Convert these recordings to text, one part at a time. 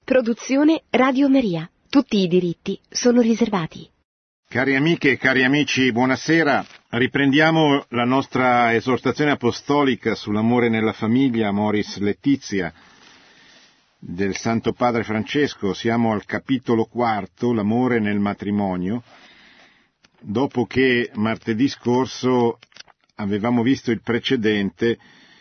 Produzione Radio Maria. Tutti i diritti sono riservati. Cari amiche e cari amici, buonasera. Riprendiamo la nostra esortazione apostolica sull'amore nella famiglia, Amoris Laetitia, del Santo Padre Francesco. Siamo al capitolo 4, l'amore nel matrimonio, dopo che martedì scorso avevamo visto il precedente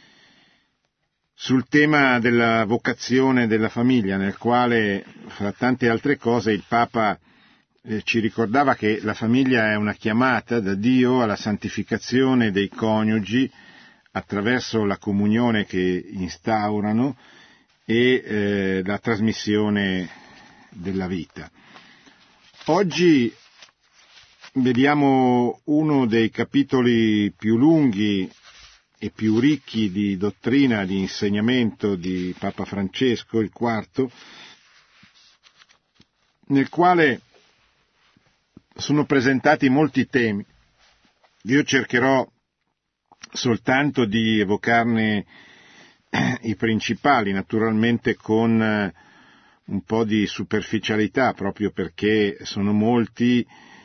sul tema della vocazione della famiglia, nel quale, fra tante altre cose, il Papa ci ricordava che la famiglia è una chiamata da Dio alla santificazione dei coniugi attraverso la comunione che instaurano e la trasmissione della vita. Oggi vediamo uno dei capitoli più lunghi e più ricchi di dottrina, di insegnamento di Papa Francesco, il quarto, nel quale sono presentati molti temi. Io cercherò soltanto di evocarne i principali, naturalmente con un po' di superficialità, proprio perché sono molti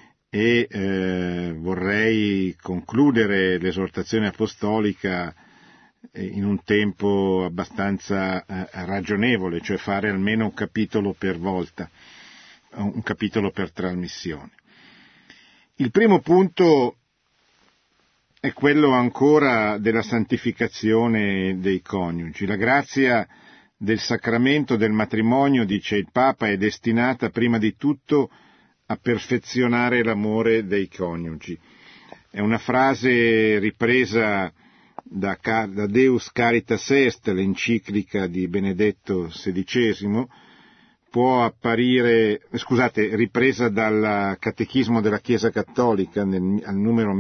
e vorrei concludere l'esortazione apostolica in un tempo abbastanza ragionevole, cioè fare almeno un capitolo per volta, un capitolo per trasmissione. Il primo punto è quello ancora della santificazione dei coniugi. La grazia del sacramento del matrimonio, dice il Papa, è destinata prima di tutto a perfezionare l'amore dei coniugi. È una frase ripresa da Deus Caritas Est, l'enciclica di Benedetto XVI, ripresa dal Catechismo della Chiesa Cattolica al numero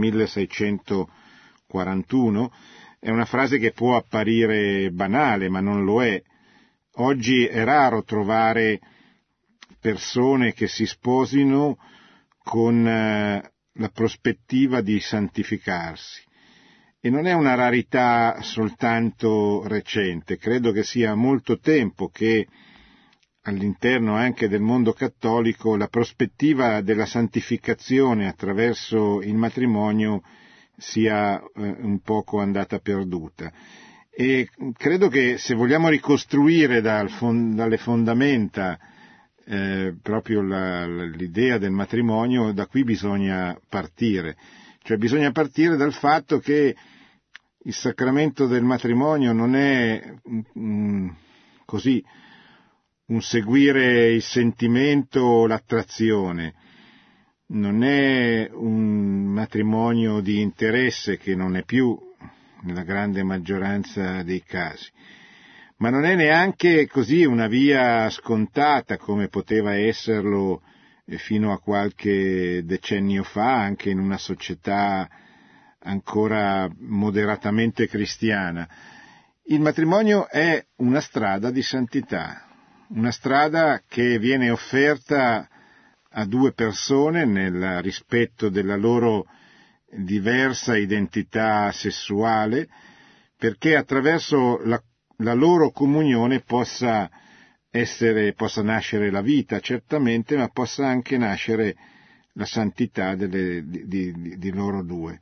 1641. È una frase che può apparire banale, ma non lo è. Oggi è raro trovare persone che si sposino con la prospettiva di santificarsi. E non è una rarità soltanto recente, credo che sia molto tempo che all'interno anche del mondo cattolico la prospettiva della santificazione attraverso il matrimonio sia un poco andata perduta. E credo che se vogliamo ricostruire dalle fondamenta proprio l'idea del matrimonio, da qui bisogna partire. Cioè bisogna partire dal fatto che il sacramento del matrimonio non è così un seguire il sentimento o l'attrazione, non è un matrimonio di interesse, che non è più nella grande maggioranza dei casi, ma non è neanche così una via scontata come poteva esserlo fino a qualche decennio fa, anche in una società ancora moderatamente cristiana. Il matrimonio è una strada di santità, una strada che viene offerta a due persone nel rispetto della loro diversa identità sessuale, perché attraverso la loro comunione possa nascere la vita, certamente, ma possa anche nascere la santità di loro due.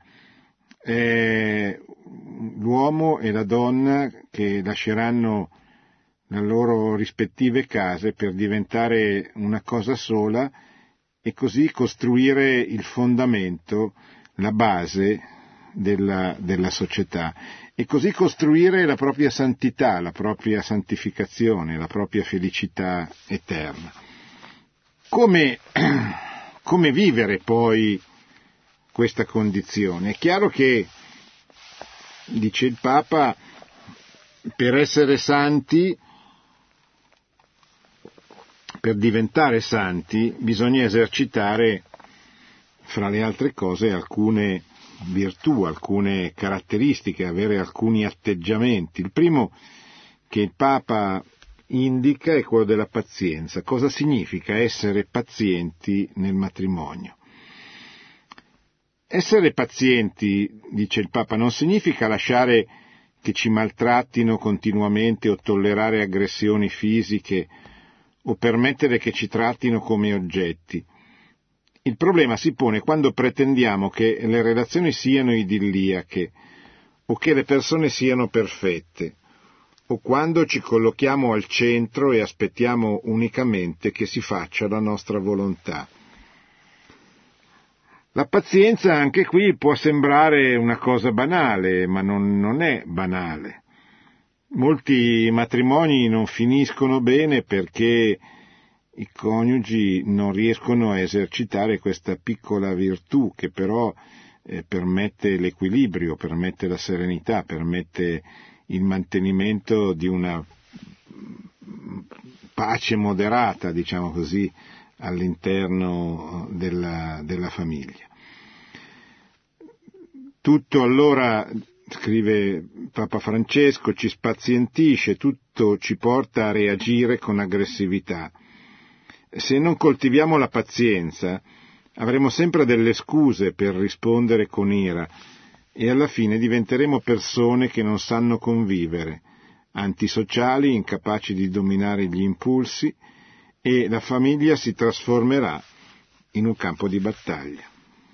È l'uomo e la donna che lasceranno le loro rispettive case per diventare una cosa sola e così costruire il fondamento, la base della società, e così costruire la propria santità, la propria santificazione, la propria felicità eterna. Come vivere poi questa condizione? È chiaro che, dice il Papa, per essere santi, per diventare santi, bisogna esercitare, fra le altre cose, alcune virtù, alcune caratteristiche, avere alcuni atteggiamenti. Il primo che il Papa indica è quello della pazienza. Cosa significa essere pazienti nel matrimonio? Essere pazienti, dice il Papa, non significa lasciare che ci maltrattino continuamente o tollerare aggressioni fisiche o permettere che ci trattino come oggetti. Il problema si pone quando pretendiamo che le relazioni siano idilliache o che le persone siano perfette, o quando ci collochiamo al centro e aspettiamo unicamente che si faccia la nostra volontà. La pazienza anche qui può sembrare una cosa banale, ma non è banale. Molti matrimoni non finiscono bene perché i coniugi non riescono a esercitare questa piccola virtù che però permette l'equilibrio, permette la serenità, permette il mantenimento di una pace moderata, diciamo così, all'interno della famiglia. Tutto allora, scrive Papa Francesco, ci spazientisce, tutto ci porta a reagire con aggressività. Se non coltiviamo la pazienza, avremo sempre delle scuse per rispondere con ira e alla fine diventeremo persone che non sanno convivere, antisociali, incapaci di dominare gli impulsi, e la famiglia si trasformerà in un campo di battaglia.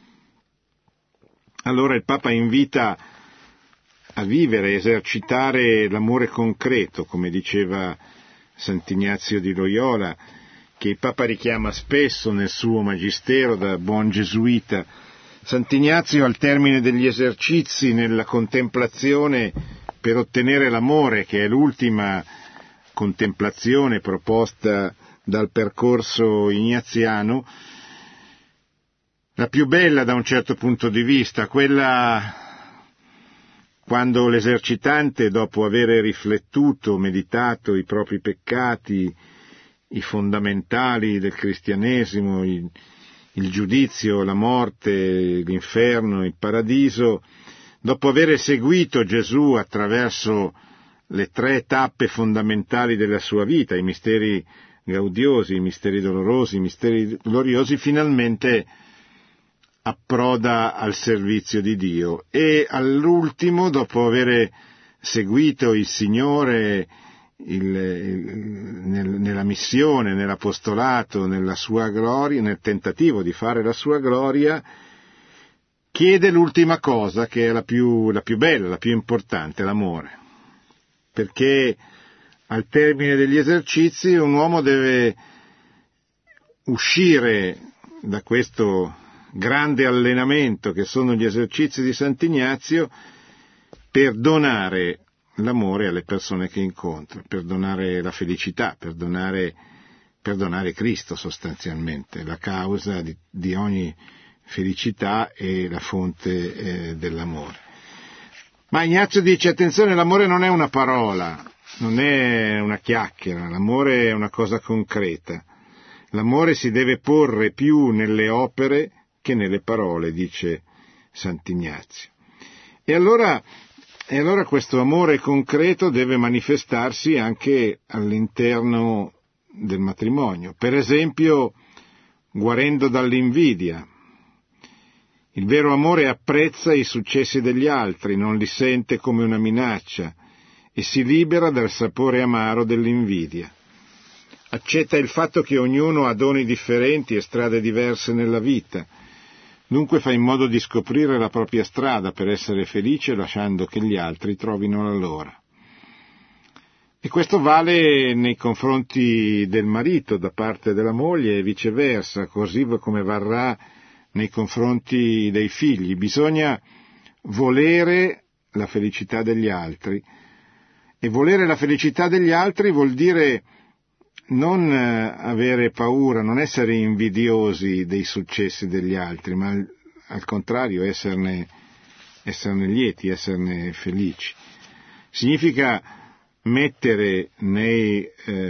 Allora il Papa invita a vivere, esercitare l'amore concreto, come diceva Sant'Ignazio di Loyola, che il Papa richiama spesso nel suo magistero da buon gesuita. Sant'Ignazio, al termine degli esercizi nella contemplazione per ottenere l'amore, che è l'ultima contemplazione proposta dal percorso ignaziano, la più bella da un certo punto di vista, quella quando l'esercitante, dopo aver riflettuto, meditato i propri peccati, i fondamentali del cristianesimo, il giudizio, la morte, l'inferno, il paradiso, dopo aver seguito Gesù attraverso le 3 tappe fondamentali della sua vita, i misteri gaudiosi, i misteri dolorosi, i misteri gloriosi, finalmente approda al servizio di Dio e all'ultimo, dopo aver seguito il Signore nella missione, nell'apostolato, nella sua gloria, nel tentativo di fare la sua gloria, chiede l'ultima cosa che è la più bella, la più importante, l'amore. Perché al termine degli esercizi un uomo deve uscire da questo grande allenamento che sono gli esercizi di Sant'Ignazio per donare l'amore alle persone che incontra, per donare la felicità, per donare Cristo sostanzialmente, la causa di ogni felicità e la fonte dell'amore. Ma Ignazio dice, attenzione, l'amore non è una parola, non è una chiacchiera, l'amore è una cosa concreta. L'amore si deve porre più nelle opere che nelle parole, dice Sant'Ignazio. E allora questo amore concreto deve manifestarsi anche all'interno del matrimonio, per esempio guarendo dall'invidia. Il vero amore apprezza i successi degli altri, non li sente come una minaccia e si libera dal sapore amaro dell'invidia. Accetta il fatto che ognuno ha doni differenti e strade diverse nella vita. Dunque fa in modo di scoprire la propria strada per essere felice lasciando che gli altri trovino la loro. E questo vale nei confronti del marito da parte della moglie e viceversa, così come varrà nei confronti dei figli. Bisogna volere la felicità degli altri e volere la felicità degli altri vuol dire non avere paura, non essere invidiosi dei successi degli altri, ma al contrario esserne lieti, esserne felici. Significa mettere nei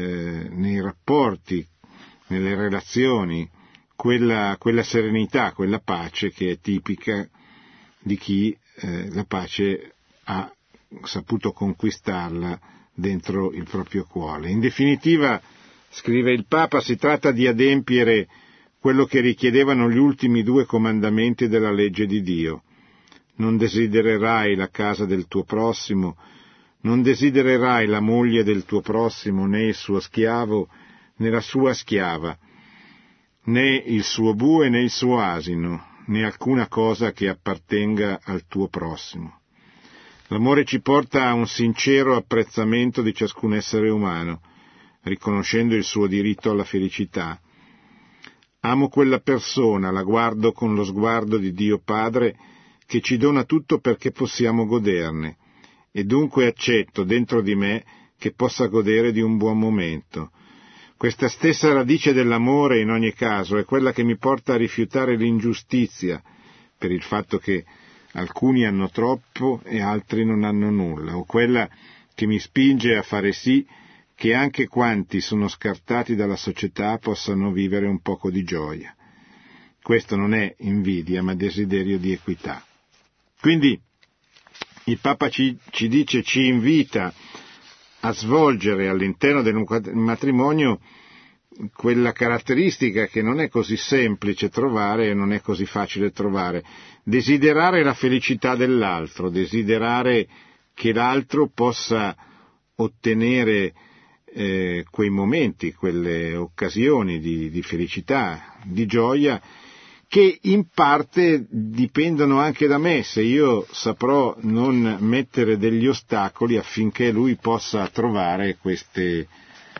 rapporti, nelle relazioni, quella serenità, quella pace che è tipica di chi la pace ha saputo conquistarla dentro il proprio cuore. In definitiva, scrive il Papa, si tratta di adempiere quello che richiedevano gli ultimi 2 comandamenti della legge di Dio. Non desidererai la casa del tuo prossimo, non desidererai la moglie del tuo prossimo, né il suo schiavo, né la sua schiava, né il suo bue né il suo asino, né alcuna cosa che appartenga al tuo prossimo. L'amore ci porta a un sincero apprezzamento di ciascun essere umano, riconoscendo il suo diritto alla felicità. Amo quella persona, la guardo con lo sguardo di Dio Padre che ci dona tutto perché possiamo goderne, e dunque accetto dentro di me che possa godere di un buon momento. Questa stessa radice dell'amore, in ogni caso, è quella che mi porta a rifiutare l'ingiustizia, per il fatto che alcuni hanno troppo e altri non hanno nulla, o quella che mi spinge a fare sì che anche quanti sono scartati dalla società possano vivere un poco di gioia. Questo non è invidia, ma desiderio di equità. Quindi il Papa ci invita a svolgere all'interno del matrimonio quella caratteristica che non è così semplice trovare e non è così facile trovare. Desiderare la felicità dell'altro, desiderare che l'altro possa ottenere quei momenti, quelle occasioni di felicità, di gioia, che in parte dipendono anche da me, se io saprò non mettere degli ostacoli affinché lui possa trovare queste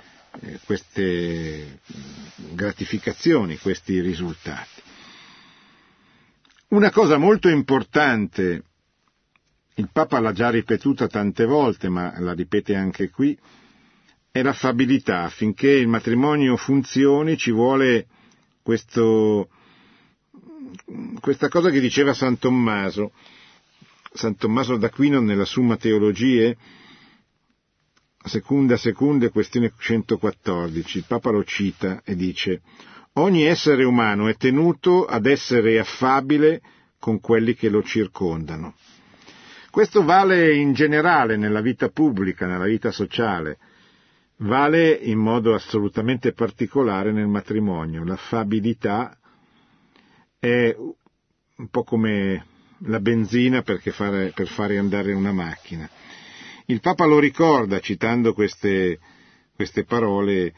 gratificazioni, questi risultati. Una cosa molto importante, il Papa l'ha già ripetuta tante volte, ma la ripete anche qui, è l'affabilità. Affinché il matrimonio funzioni ci vuole questa cosa che diceva San Tommaso d'Aquino nella Summa Theologiae, seconda, questione 114, il Papa lo cita e dice: ogni essere umano è tenuto ad essere affabile con quelli che lo circondano. Questo vale in generale nella vita pubblica, nella vita sociale, vale in modo assolutamente particolare nel matrimonio. L'affabilità è un po' come la benzina per fare andare una macchina. Il Papa lo ricorda citando queste parole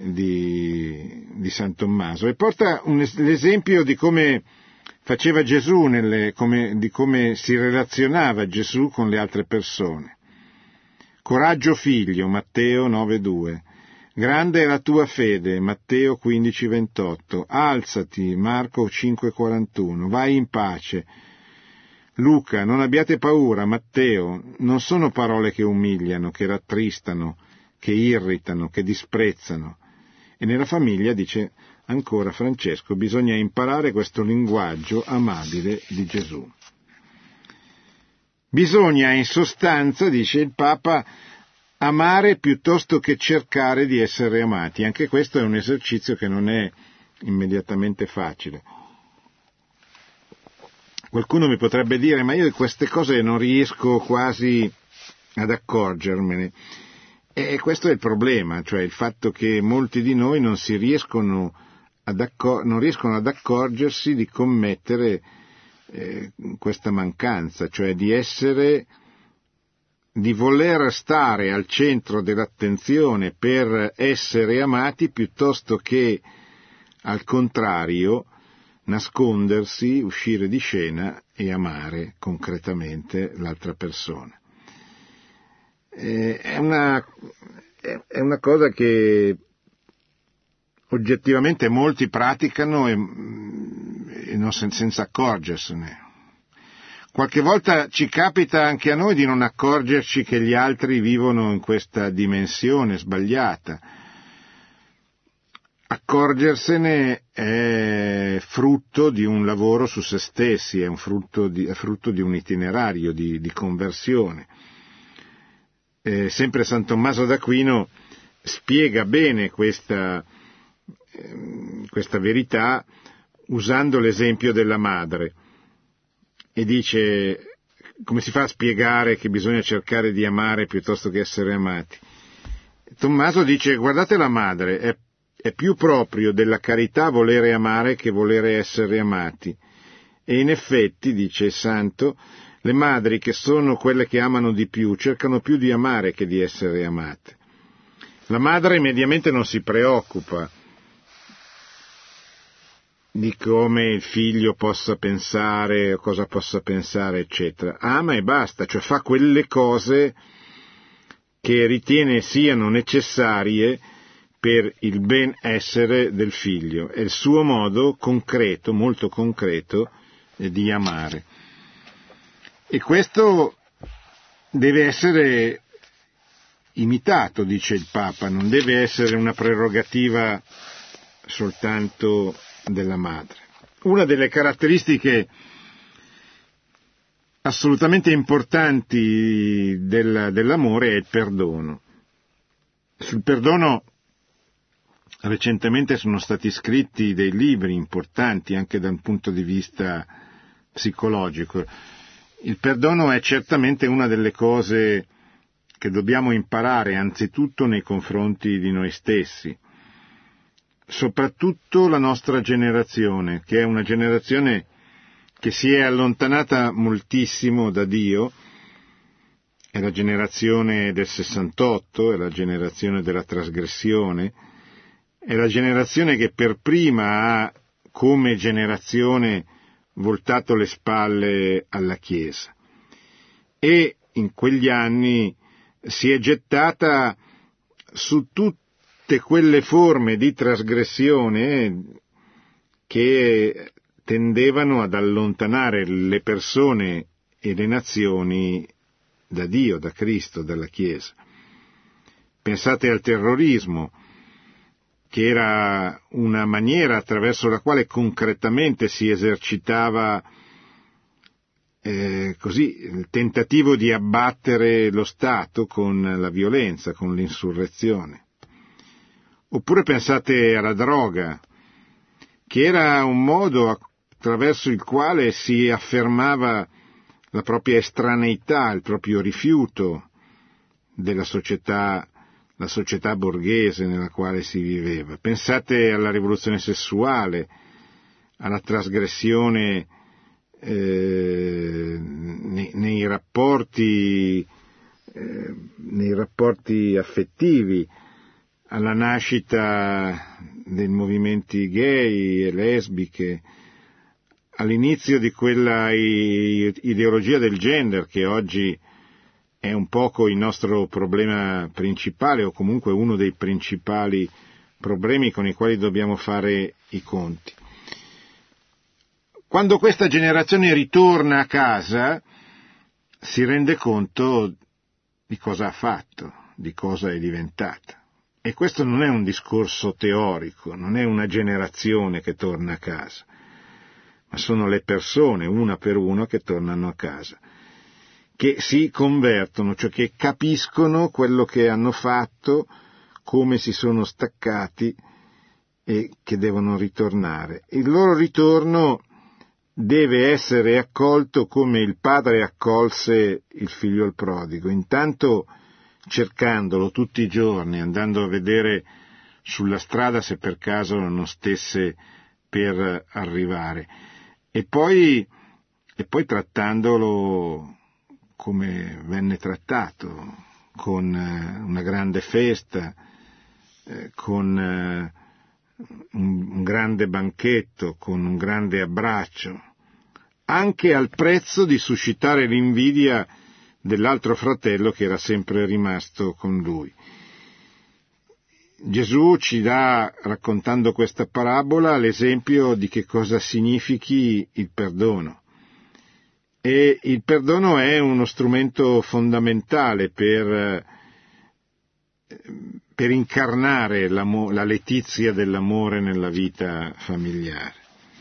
di San Tommaso e porta l'esempio di come faceva Gesù, di come si relazionava Gesù con le altre persone. Coraggio figlio, Matteo 9,2. Grande è la tua fede, Matteo 15,28. Alzati, Marco 5,41. Vai in pace. Luca, non abbiate paura, Matteo. Non sono parole che umiliano, che rattristano, che irritano, che disprezzano. E nella famiglia, dice ancora Francesco, bisogna imparare questo linguaggio amabile di Gesù. Bisogna, in sostanza, dice il Papa, amare piuttosto che cercare di essere amati. Anche questo è un esercizio che non è immediatamente facile. Qualcuno mi potrebbe dire: ma io di queste cose non riesco quasi ad accorgermene. E questo è il problema, cioè il fatto che molti di noi non riescono ad accorgersi di commettere questa mancanza, cioè di voler stare al centro dell'attenzione per essere amati piuttosto che, al contrario, nascondersi, uscire di scena e amare concretamente l'altra persona. È una cosa che oggettivamente molti praticano e non senza accorgersene. Qualche volta ci capita anche a noi di non accorgerci che gli altri vivono in questa dimensione sbagliata. Accorgersene è frutto di un lavoro su se stessi, è frutto di un itinerario di conversione. Sempre San Tommaso d'Aquino spiega bene questa verità usando l'esempio della madre e dice: come si fa a spiegare che bisogna cercare di amare piuttosto che essere amati? Tommaso dice: guardate la madre, è più proprio della carità volere amare che volere essere amati, e in effetti, dice il santo, le madri, che sono quelle che amano di più, cercano più di amare che di essere amate. La madre mediamente non si preoccupa di come il figlio possa pensare o cosa possa pensare, eccetera. Ama e basta, cioè fa quelle cose che ritiene siano necessarie per il benessere del figlio. È il suo modo concreto, molto concreto, di amare. E questo deve essere imitato, dice il Papa, non deve essere una prerogativa soltanto della madre. Una delle caratteristiche assolutamente importanti dell'amore è il perdono. Sul perdono recentemente sono stati scritti dei libri importanti anche dal punto di vista psicologico. Il perdono è certamente una delle cose che dobbiamo imparare anzitutto nei confronti di noi stessi, soprattutto la nostra generazione, che è una generazione che si è allontanata moltissimo da Dio, è la generazione del 68, è la generazione della trasgressione, è la generazione che per prima ha come generazione voltato le spalle alla Chiesa e in quegli anni si è gettata su tutte quelle forme di trasgressione che tendevano ad allontanare le persone e le nazioni da Dio, da Cristo, dalla Chiesa. Pensate al terrorismo, che era una maniera attraverso la quale concretamente si esercitava così il tentativo di abbattere lo Stato con la violenza, con l'insurrezione. Oppure pensate alla droga, che era un modo attraverso il quale si affermava la propria estraneità, il proprio rifiuto della società, la società borghese nella quale si viveva. Pensate alla rivoluzione sessuale, alla trasgressione nei rapporti affettivi, alla nascita dei movimenti gay e lesbiche, all'inizio di quella ideologia del gender che oggi è un poco il nostro problema principale, o comunque uno dei principali problemi con i quali dobbiamo fare i conti. Quando questa generazione ritorna a casa si rende conto di cosa ha fatto, di cosa è diventata. E questo non è un discorso teorico, non è una generazione che torna a casa, ma sono le persone, una per una, che tornano a casa, che si convertono, cioè che capiscono quello che hanno fatto, come si sono staccati e che devono ritornare. Il loro ritorno deve essere accolto come il padre accolse il figlio il prodigo, intanto cercandolo tutti i giorni, andando a vedere sulla strada se per caso non stesse per arrivare, e poi trattandolo come venne trattato, con una grande festa, con un grande banchetto, con un grande abbraccio, anche al prezzo di suscitare l'invidia dell'altro fratello che era sempre rimasto con lui. Gesù ci dà, raccontando questa parabola, l'esempio di che cosa significhi il perdono. E il perdono è uno strumento fondamentale per incarnare la letizia dell'amore nella vita familiare.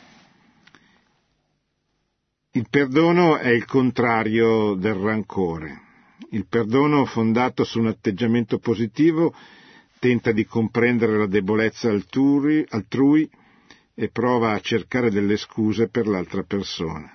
Il perdono è il contrario del rancore. Il perdono fondato su un atteggiamento positivo tenta di comprendere la debolezza altrui e prova a cercare delle scuse per l'altra persona.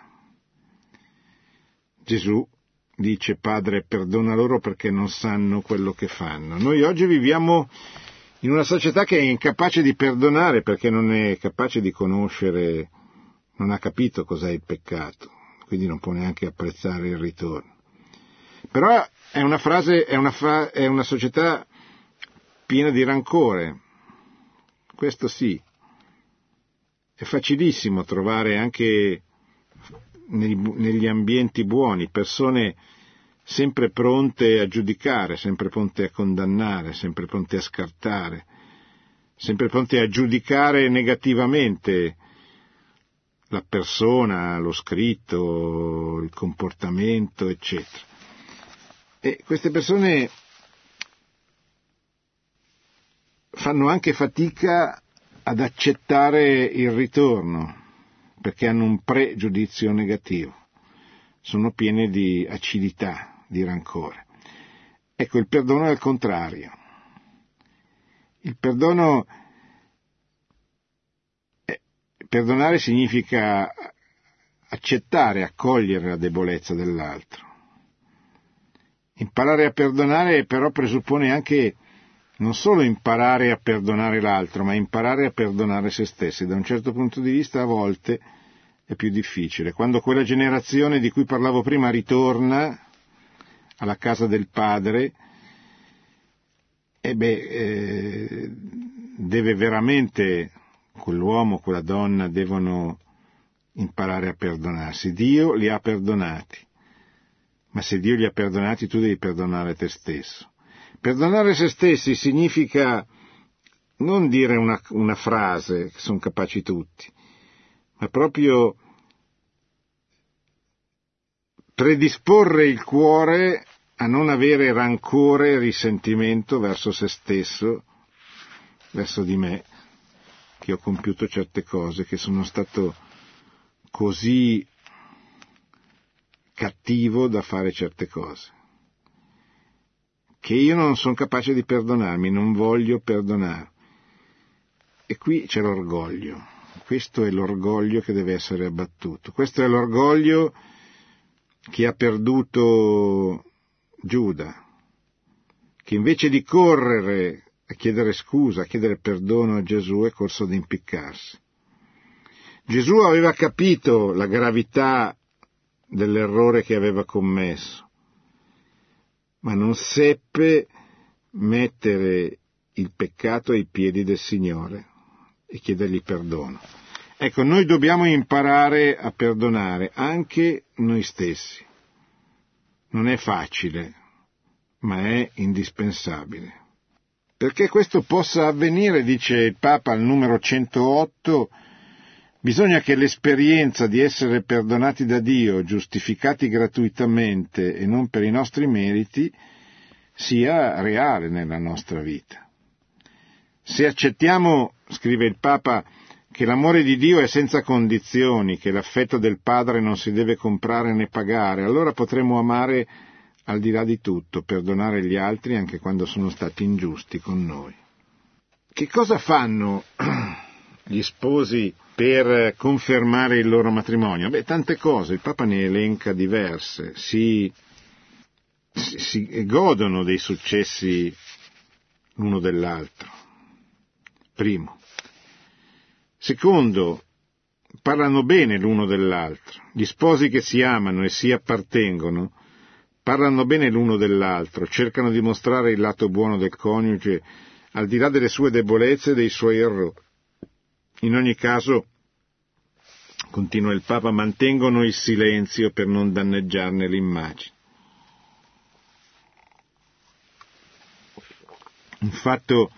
Gesù dice: Padre, perdona loro perché non sanno quello che fanno. Noi oggi viviamo in una società che è incapace di perdonare perché non è capace di conoscere, non ha capito cos'è il peccato, quindi non può neanche apprezzare il ritorno. Però è una società piena di rancore. Questo sì. È facilissimo trovare anche negli ambienti buoni persone sempre pronte a giudicare, sempre pronte a condannare, sempre pronte a scartare, sempre pronte a giudicare negativamente la persona, lo scritto, il comportamento, eccetera. E queste persone fanno anche fatica ad accettare il ritorno, perché hanno un pregiudizio negativo, sono pieni di acidità, di rancore. Ecco, il perdono è al contrario. Il perdono, perdonare significa accettare, accogliere la debolezza dell'altro. Imparare a perdonare però presuppone anche non solo imparare a perdonare l'altro, ma imparare a perdonare se stessi. Da un certo punto di vista a volte è più difficile. Quando quella generazione di cui parlavo prima ritorna alla casa del padre, deve veramente, quell'uomo, quella donna, devono imparare a perdonarsi. Dio li ha perdonati, ma se Dio li ha perdonati tu devi perdonare te stesso. Perdonare se stessi significa non dire una frase che sono capaci tutti, ma proprio predisporre il cuore a non avere rancore e risentimento verso se stesso, verso di me, che ho compiuto certe cose, che sono stato così cattivo da fare certe cose, che io non sono capace di perdonarmi, non voglio perdonare. E qui c'è l'orgoglio. Questo è l'orgoglio che deve essere abbattuto. Questo è l'orgoglio che ha perduto Giuda, che invece di correre a chiedere scusa, a chiedere perdono a Gesù, è corso ad impiccarsi. Gesù aveva capito la gravità dell'errore che aveva commesso, ma non seppe mettere il peccato ai piedi del Signore e chiedergli perdono. Ecco, noi dobbiamo imparare a perdonare anche noi stessi. Non è facile, ma è indispensabile. Perché questo possa avvenire, dice il Papa al numero 108, bisogna che l'esperienza di essere perdonati da Dio, giustificati gratuitamente e non per i nostri meriti, sia reale nella nostra vita. Se accettiamo, scrive il Papa, che l'amore di Dio è senza condizioni, che l'affetto del Padre non si deve comprare né pagare, allora potremo amare al di là di tutto, perdonare gli altri anche quando sono stati ingiusti con noi. Che cosa fanno gli sposi per confermare il loro matrimonio? Tante cose, il Papa ne elenca diverse, si godono dei successi l'uno dell'altro. Primo. Secondo, parlano bene l'uno dell'altro. Gli sposi che si amano e si appartengono parlano bene l'uno dell'altro, cercano di mostrare il lato buono del coniuge al di là delle sue debolezze e dei suoi errori. In ogni caso, continua il Papa, mantengono il silenzio per non danneggiarne l'immagine. Un fatto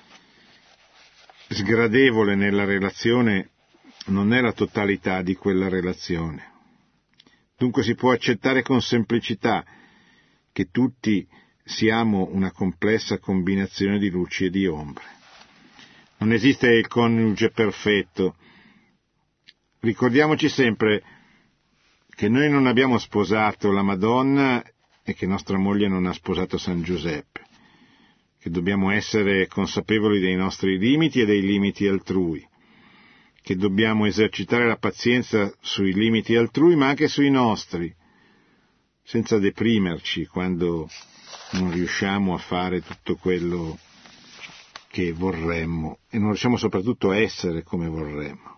sgradevole nella relazione non è la totalità di quella relazione. Dunque si può accettare con semplicità che tutti siamo una complessa combinazione di luci e di ombre. Non esiste il coniuge perfetto. Ricordiamoci sempre che noi non abbiamo sposato la Madonna e che nostra moglie non ha sposato San Giuseppe, che dobbiamo essere consapevoli dei nostri limiti e dei limiti altrui, che dobbiamo esercitare la pazienza sui limiti altrui ma anche sui nostri, senza deprimerci quando non riusciamo a fare tutto quello che vorremmo e non riusciamo soprattutto a essere come vorremmo.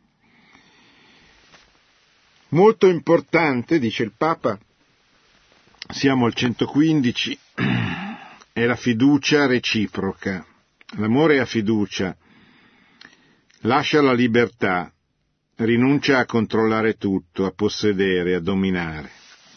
Molto importante, dice il Papa, siamo al 115, è la fiducia reciproca. L'amore ha fiducia, lascia la libertà, rinuncia a controllare tutto, a possedere, a dominare.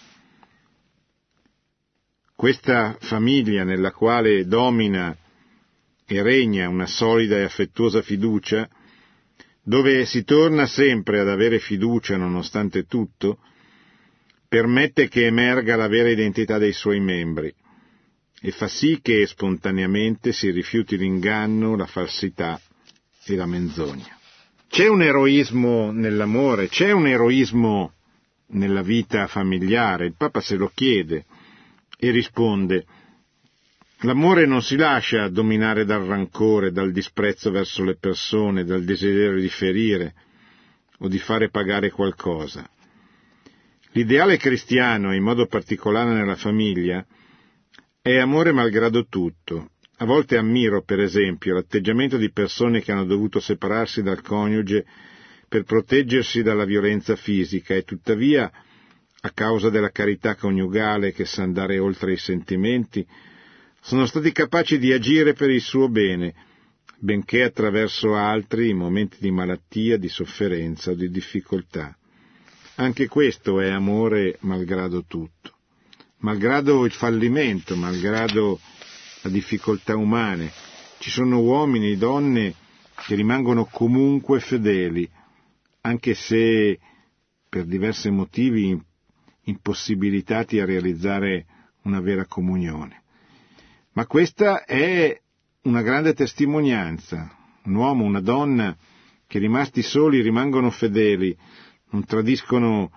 Questa famiglia nella quale domina e regna una solida e affettuosa fiducia, dove si torna sempre ad avere fiducia nonostante tutto, permette che emerga la vera identità dei suoi membri e fa sì che spontaneamente si rifiuti l'inganno, la falsità e la menzogna. C'è un eroismo nell'amore, c'è un eroismo nella vita familiare. Il Papa se lo chiede e risponde: l'amore non si lascia dominare dal rancore, dal disprezzo verso le persone, dal desiderio di ferire o di fare pagare qualcosa. L'ideale cristiano, in modo particolare nella famiglia, è amore malgrado tutto. A volte ammiro, per esempio, l'atteggiamento di persone che hanno dovuto separarsi dal coniuge per proteggersi dalla violenza fisica e tuttavia, a causa della carità coniugale che sa andare oltre i sentimenti, sono stati capaci di agire per il suo bene, benché attraverso altri in momenti di malattia, di sofferenza o di difficoltà. Anche questo è amore malgrado tutto, malgrado il fallimento, malgrado la difficoltà umane. Ci sono uomini e donne che rimangono comunque fedeli, anche se per diversi motivi impossibilitati a realizzare una vera comunione. Ma questa è una grande testimonianza. Un uomo, una donna che rimasti soli rimangono fedeli, non tradiscono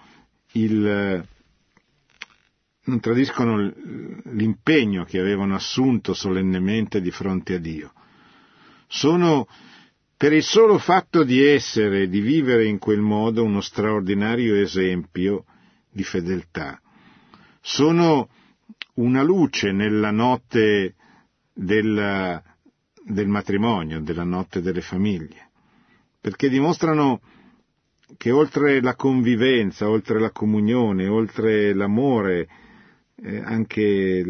l'impegno che avevano assunto solennemente di fronte a Dio. Sono, per il solo fatto di essere, di vivere in quel modo, uno straordinario esempio di fedeltà. Sono una luce nella notte del matrimonio, della notte delle famiglie, perché dimostrano che oltre la convivenza, oltre la comunione, oltre l'amore, anche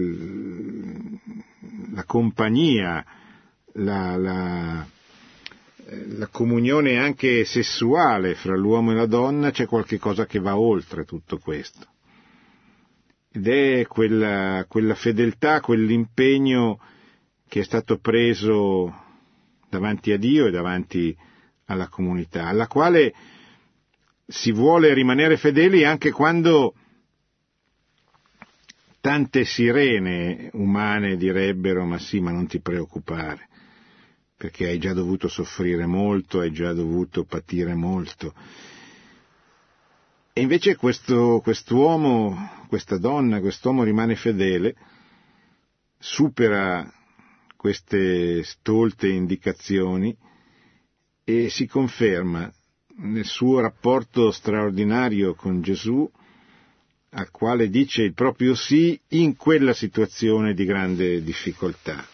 la compagnia, la comunione anche sessuale fra l'uomo e la donna, c'è qualche cosa che va oltre tutto questo. Ed è quella fedeltà, quell'impegno che è stato preso davanti a Dio e davanti alla comunità, alla quale si vuole rimanere fedeli anche quando tante sirene umane direbbero: ma sì, ma non ti preoccupare, perché hai già dovuto soffrire molto, hai già dovuto patire molto. E invece quest'uomo, questa donna, quest'uomo rimane fedele, supera queste stolte indicazioni e si conferma nel suo rapporto straordinario con Gesù, al quale dice il proprio sì in quella situazione di grande difficoltà.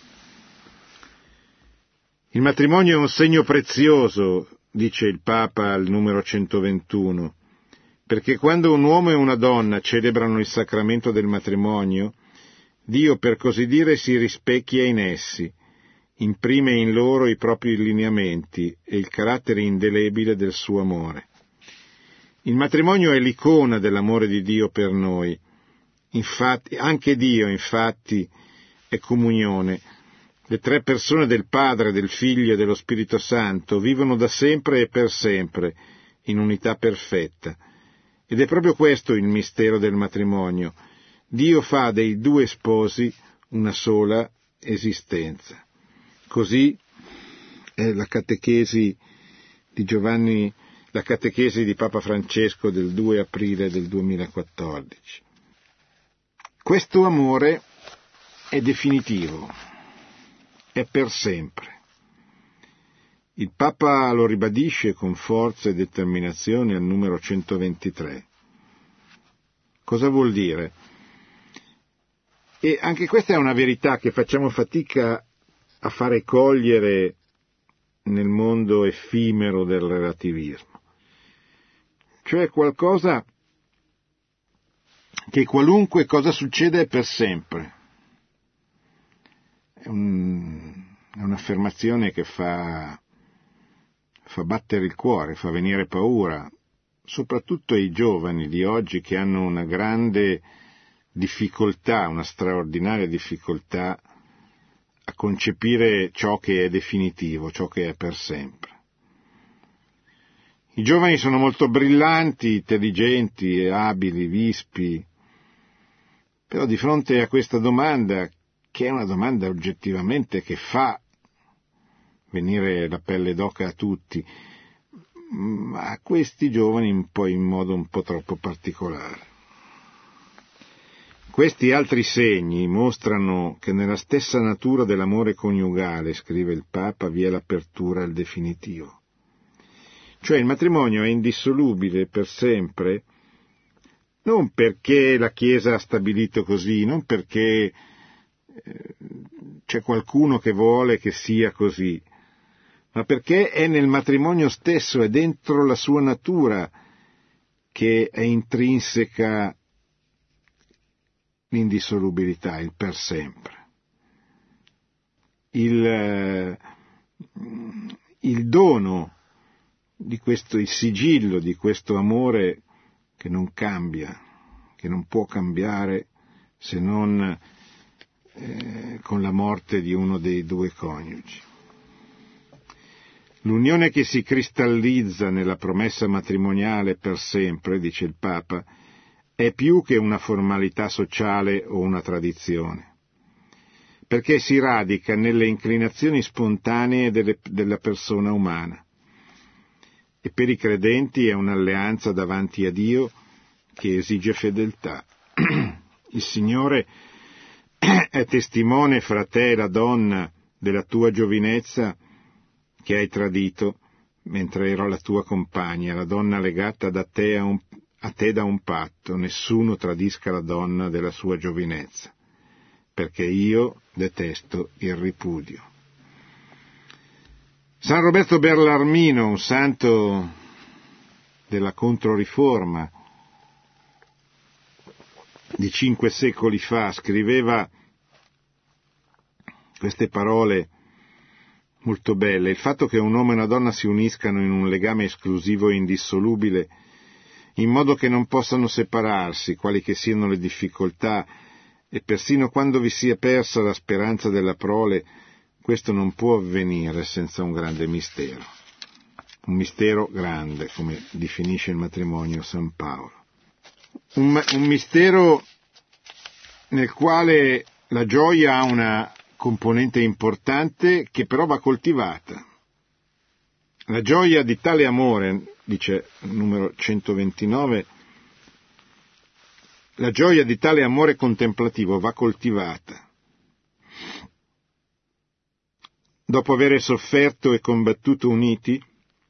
Il matrimonio è un segno prezioso, dice il Papa al numero 121, perché quando un uomo e una donna celebrano il sacramento del matrimonio, Dio, per così dire, si rispecchia in essi, imprime in loro i propri lineamenti e il carattere indelebile del suo amore. Il matrimonio è l'icona dell'amore di Dio per noi. Infatti, anche Dio, infatti, è comunione. Le tre persone del Padre, del Figlio e dello Spirito Santo vivono da sempre e per sempre in unità perfetta. Ed è proprio questo il mistero del matrimonio. Dio fa dei due sposi una sola esistenza. Così è la catechesi di Giovanni, la catechesi di Papa Francesco del 2 aprile del 2014. Questo amore è definitivo, è per sempre. Il Papa lo ribadisce con forza e determinazione al numero 123. Cosa vuol dire? E anche questa è una verità che facciamo fatica a fare cogliere nel mondo effimero del relativismo. Cioè qualcosa che qualunque cosa succede è per sempre. è un'affermazione che fa battere il cuore, fa venire paura, soprattutto ai giovani di oggi che hanno una grande difficoltà, una straordinaria difficoltà a concepire ciò che è definitivo, ciò che è per sempre. I giovani sono molto brillanti, intelligenti, abili, vispi, però di fronte a questa domanda, che è una domanda oggettivamente che fa venire la pelle d'oca a tutti, ma a questi giovani in modo un po' troppo particolare. Questi altri segni mostrano che nella stessa natura dell'amore coniugale, scrive il Papa, vi è l'apertura al definitivo. Cioè il matrimonio è indissolubile per sempre, non perché la Chiesa ha stabilito così, non perché c'è qualcuno che vuole che sia così, ma perché è nel matrimonio stesso, è dentro la sua natura che è intrinseca l'indissolubilità, il per sempre. Il dono di questo, il sigillo di questo amore che non cambia, che non può cambiare se non con la morte di uno dei due coniugi. L'unione che si cristallizza nella promessa matrimoniale per sempre, dice il Papa, è più che una formalità sociale o una tradizione, perché si radica nelle inclinazioni spontanee della persona umana. E per i credenti è un'alleanza davanti a Dio che esige fedeltà. Il Signore è testimone fra te e la donna della tua giovinezza che hai tradito mentre ero la tua compagna, la donna legata da te a te da un patto, nessuno tradisca la donna della sua giovinezza, perché io detesto il ripudio. San Roberto Bellarmino, un santo della Controriforma di 5 secoli fa, scriveva queste parole molto belle: il fatto che un uomo e una donna si uniscano in un legame esclusivo e indissolubile, in modo che non possano separarsi, quali che siano le difficoltà, e persino quando vi sia persa la speranza della prole, questo non può avvenire senza un grande mistero. Un mistero grande, come definisce il matrimonio San Paolo. Un mistero nel quale la gioia ha una componente importante che però va coltivata. La gioia di tale amore, dice il numero 129, la gioia di tale amore contemplativo va coltivata. Dopo aver sofferto e combattuto uniti,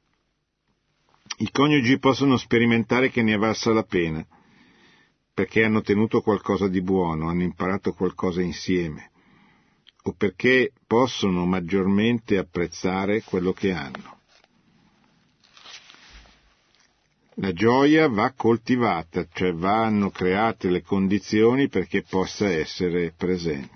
i coniugi possono sperimentare che ne è valsa la pena, perché hanno ottenuto qualcosa di buono, hanno imparato qualcosa insieme, o perché possono maggiormente apprezzare quello che hanno. La gioia va coltivata, cioè vanno create le condizioni perché possa essere presente.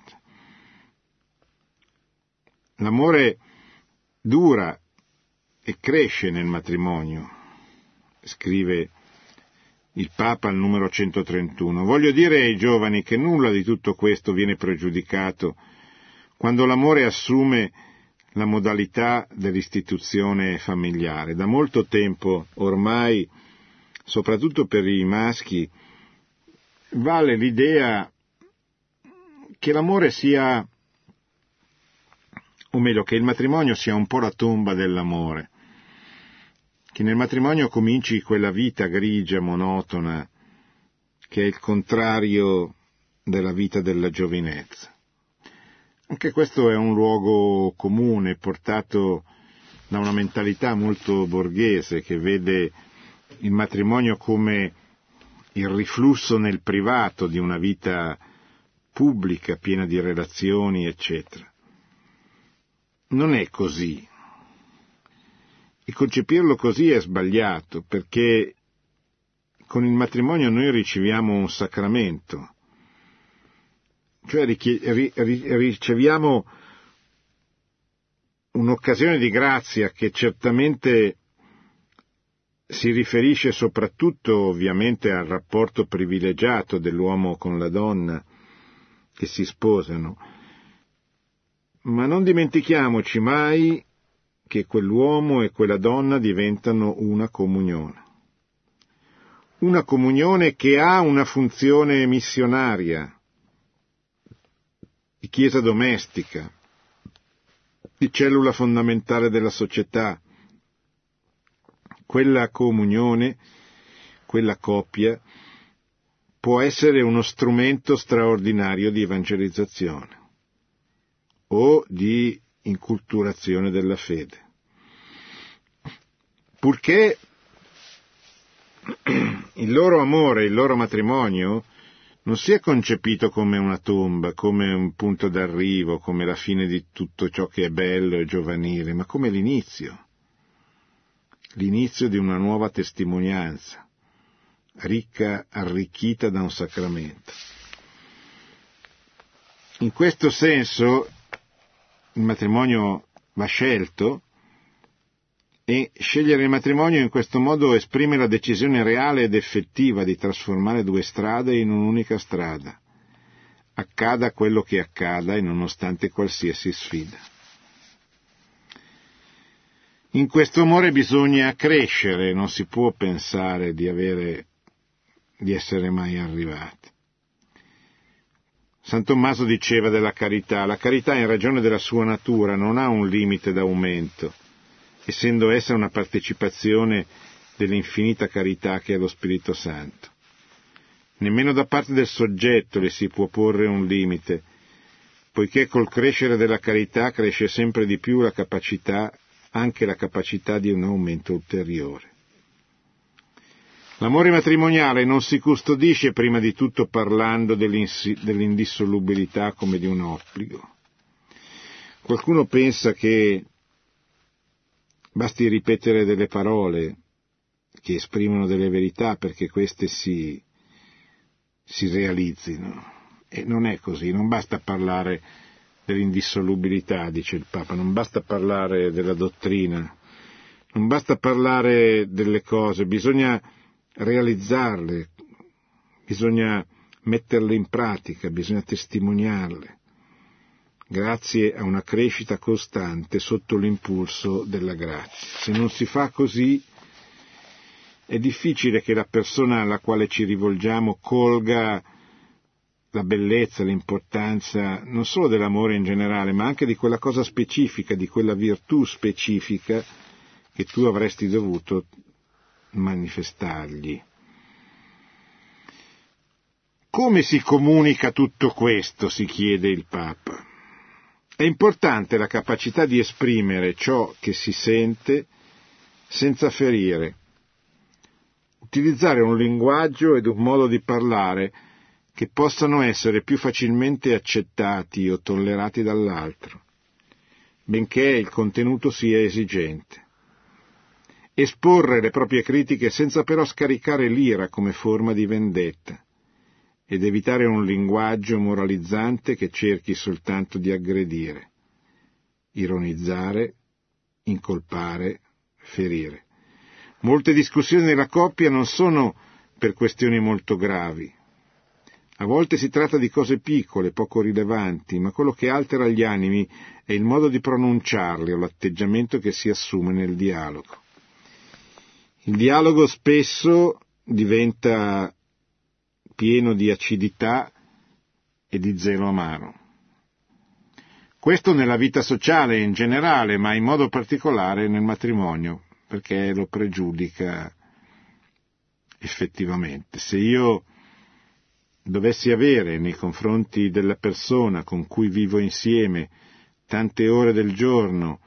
L'amore dura e cresce nel matrimonio, scrive il Papa al numero 131. Voglio dire ai giovani che nulla di tutto questo viene pregiudicato quando l'amore assume la modalità dell'istituzione familiare. Da molto tempo ormai, soprattutto per i maschi, vale l'idea che l'amore sia, o meglio, che il matrimonio sia un po' la tomba dell'amore, che nel matrimonio cominci quella vita grigia, monotona, che è il contrario della vita della giovinezza. Anche questo è un luogo comune, portato da una mentalità molto borghese, che vede il matrimonio come il riflusso nel privato di una vita pubblica, piena di relazioni, eccetera. Non è così. E concepirlo così è sbagliato, perché con il matrimonio noi riceviamo un sacramento, cioè riceviamo un'occasione di grazia che certamente si riferisce soprattutto ovviamente al rapporto privilegiato dell'uomo con la donna che si sposano, ma non dimentichiamoci mai che quell'uomo e quella donna diventano una comunione che ha una funzione missionaria, di chiesa domestica, di cellula fondamentale della società. Quella comunione, quella coppia, può essere uno strumento straordinario di evangelizzazione o di inculturazione della fede. Purché il loro amore, il loro matrimonio non sia concepito come una tomba, come un punto d'arrivo, come la fine di tutto ciò che è bello e giovanile, ma come l'inizio di una nuova testimonianza, ricca, arricchita da un sacramento. In questo senso il matrimonio va scelto, e scegliere il matrimonio in questo modo esprime la decisione reale ed effettiva di trasformare due strade in un'unica strada, accada quello che accada e nonostante qualsiasi sfida. In questo amore bisogna crescere, non si può pensare di essere mai arrivati. San Tommaso diceva della carità: la carità in ragione della sua natura non ha un limite d'aumento, essendo essa una partecipazione dell'infinita carità che è lo Spirito Santo. Nemmeno da parte del soggetto le si può porre un limite, poiché col crescere della carità cresce sempre di più anche la capacità di un aumento ulteriore. L'amore matrimoniale non si custodisce prima di tutto parlando dell'indissolubilità come di un obbligo. Qualcuno pensa che basti ripetere delle parole che esprimono delle verità perché queste si realizzino. E non è così, non basta parlare dell'indissolubilità, dice il Papa, non basta parlare della dottrina, non basta parlare delle cose, bisogna realizzarle, bisogna metterle in pratica, bisogna testimoniarle, grazie a una crescita costante sotto l'impulso della grazia. Se non si fa così, è difficile che la persona alla quale ci rivolgiamo colga la bellezza, l'importanza non solo dell'amore in generale, ma anche di quella cosa specifica, di quella virtù specifica che tu avresti dovuto manifestargli. Come si comunica tutto questo, si chiede il Papa. È importante la capacità di esprimere ciò che si sente senza ferire, utilizzare un linguaggio ed un modo di parlare che possano essere più facilmente accettati o tollerati dall'altro, benché il contenuto sia esigente. Esporre le proprie critiche senza però scaricare l'ira come forma di vendetta, ed evitare un linguaggio moralizzante che cerchi soltanto di aggredire, ironizzare, incolpare, ferire. Molte discussioni nella coppia non sono per questioni molto gravi. A volte si tratta di cose piccole, poco rilevanti, ma quello che altera gli animi è il modo di pronunciarli o l'atteggiamento che si assume nel dialogo. Il dialogo spesso diventa pieno di acidità e di zelo amaro. Questo nella vita sociale in generale, ma in modo particolare nel matrimonio, perché lo pregiudica effettivamente. Se io dovessi avere nei confronti della persona con cui vivo insieme tante ore del giorno,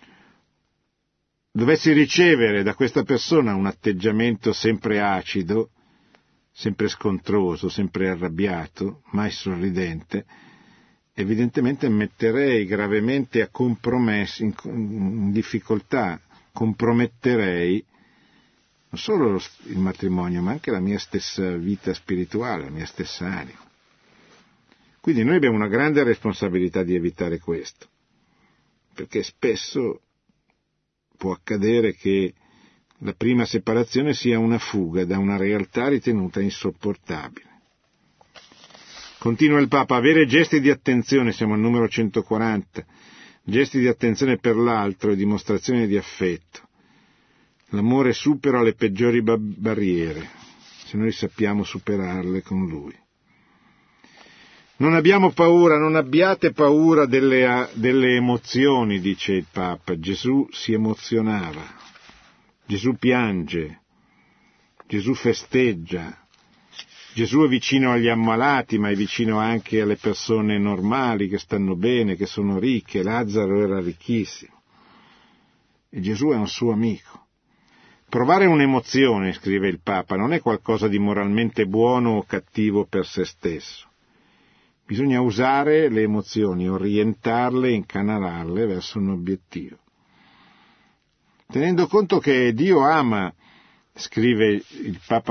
dovessi ricevere da questa persona un atteggiamento sempre acido, sempre scontroso, sempre arrabbiato, mai sorridente, evidentemente metterei gravemente a compromesso, in difficoltà, comprometterei non solo il matrimonio, ma anche la mia stessa vita spirituale, la mia stessa anima. Quindi noi abbiamo una grande responsabilità di evitare questo, perché spesso può accadere che la prima separazione sia una fuga da una realtà ritenuta insopportabile. Continua il Papa, avere gesti di attenzione, siamo al numero 140, gesti di attenzione per l'altro e dimostrazione di affetto. L'amore supera le peggiori barriere, se noi sappiamo superarle con lui. Non abbiamo paura, non abbiate paura delle emozioni, dice il Papa. Gesù si emozionava, Gesù piange, Gesù festeggia, Gesù è vicino agli ammalati, ma è vicino anche alle persone normali che stanno bene, che sono ricche. Lazzaro era ricchissimo e Gesù è un suo amico. Provare un'emozione, scrive il Papa, non è qualcosa di moralmente buono o cattivo per se stesso. Bisogna usare le emozioni, orientarle, incanalarle verso un obiettivo. Tenendo conto che Dio ama, scrive il Papa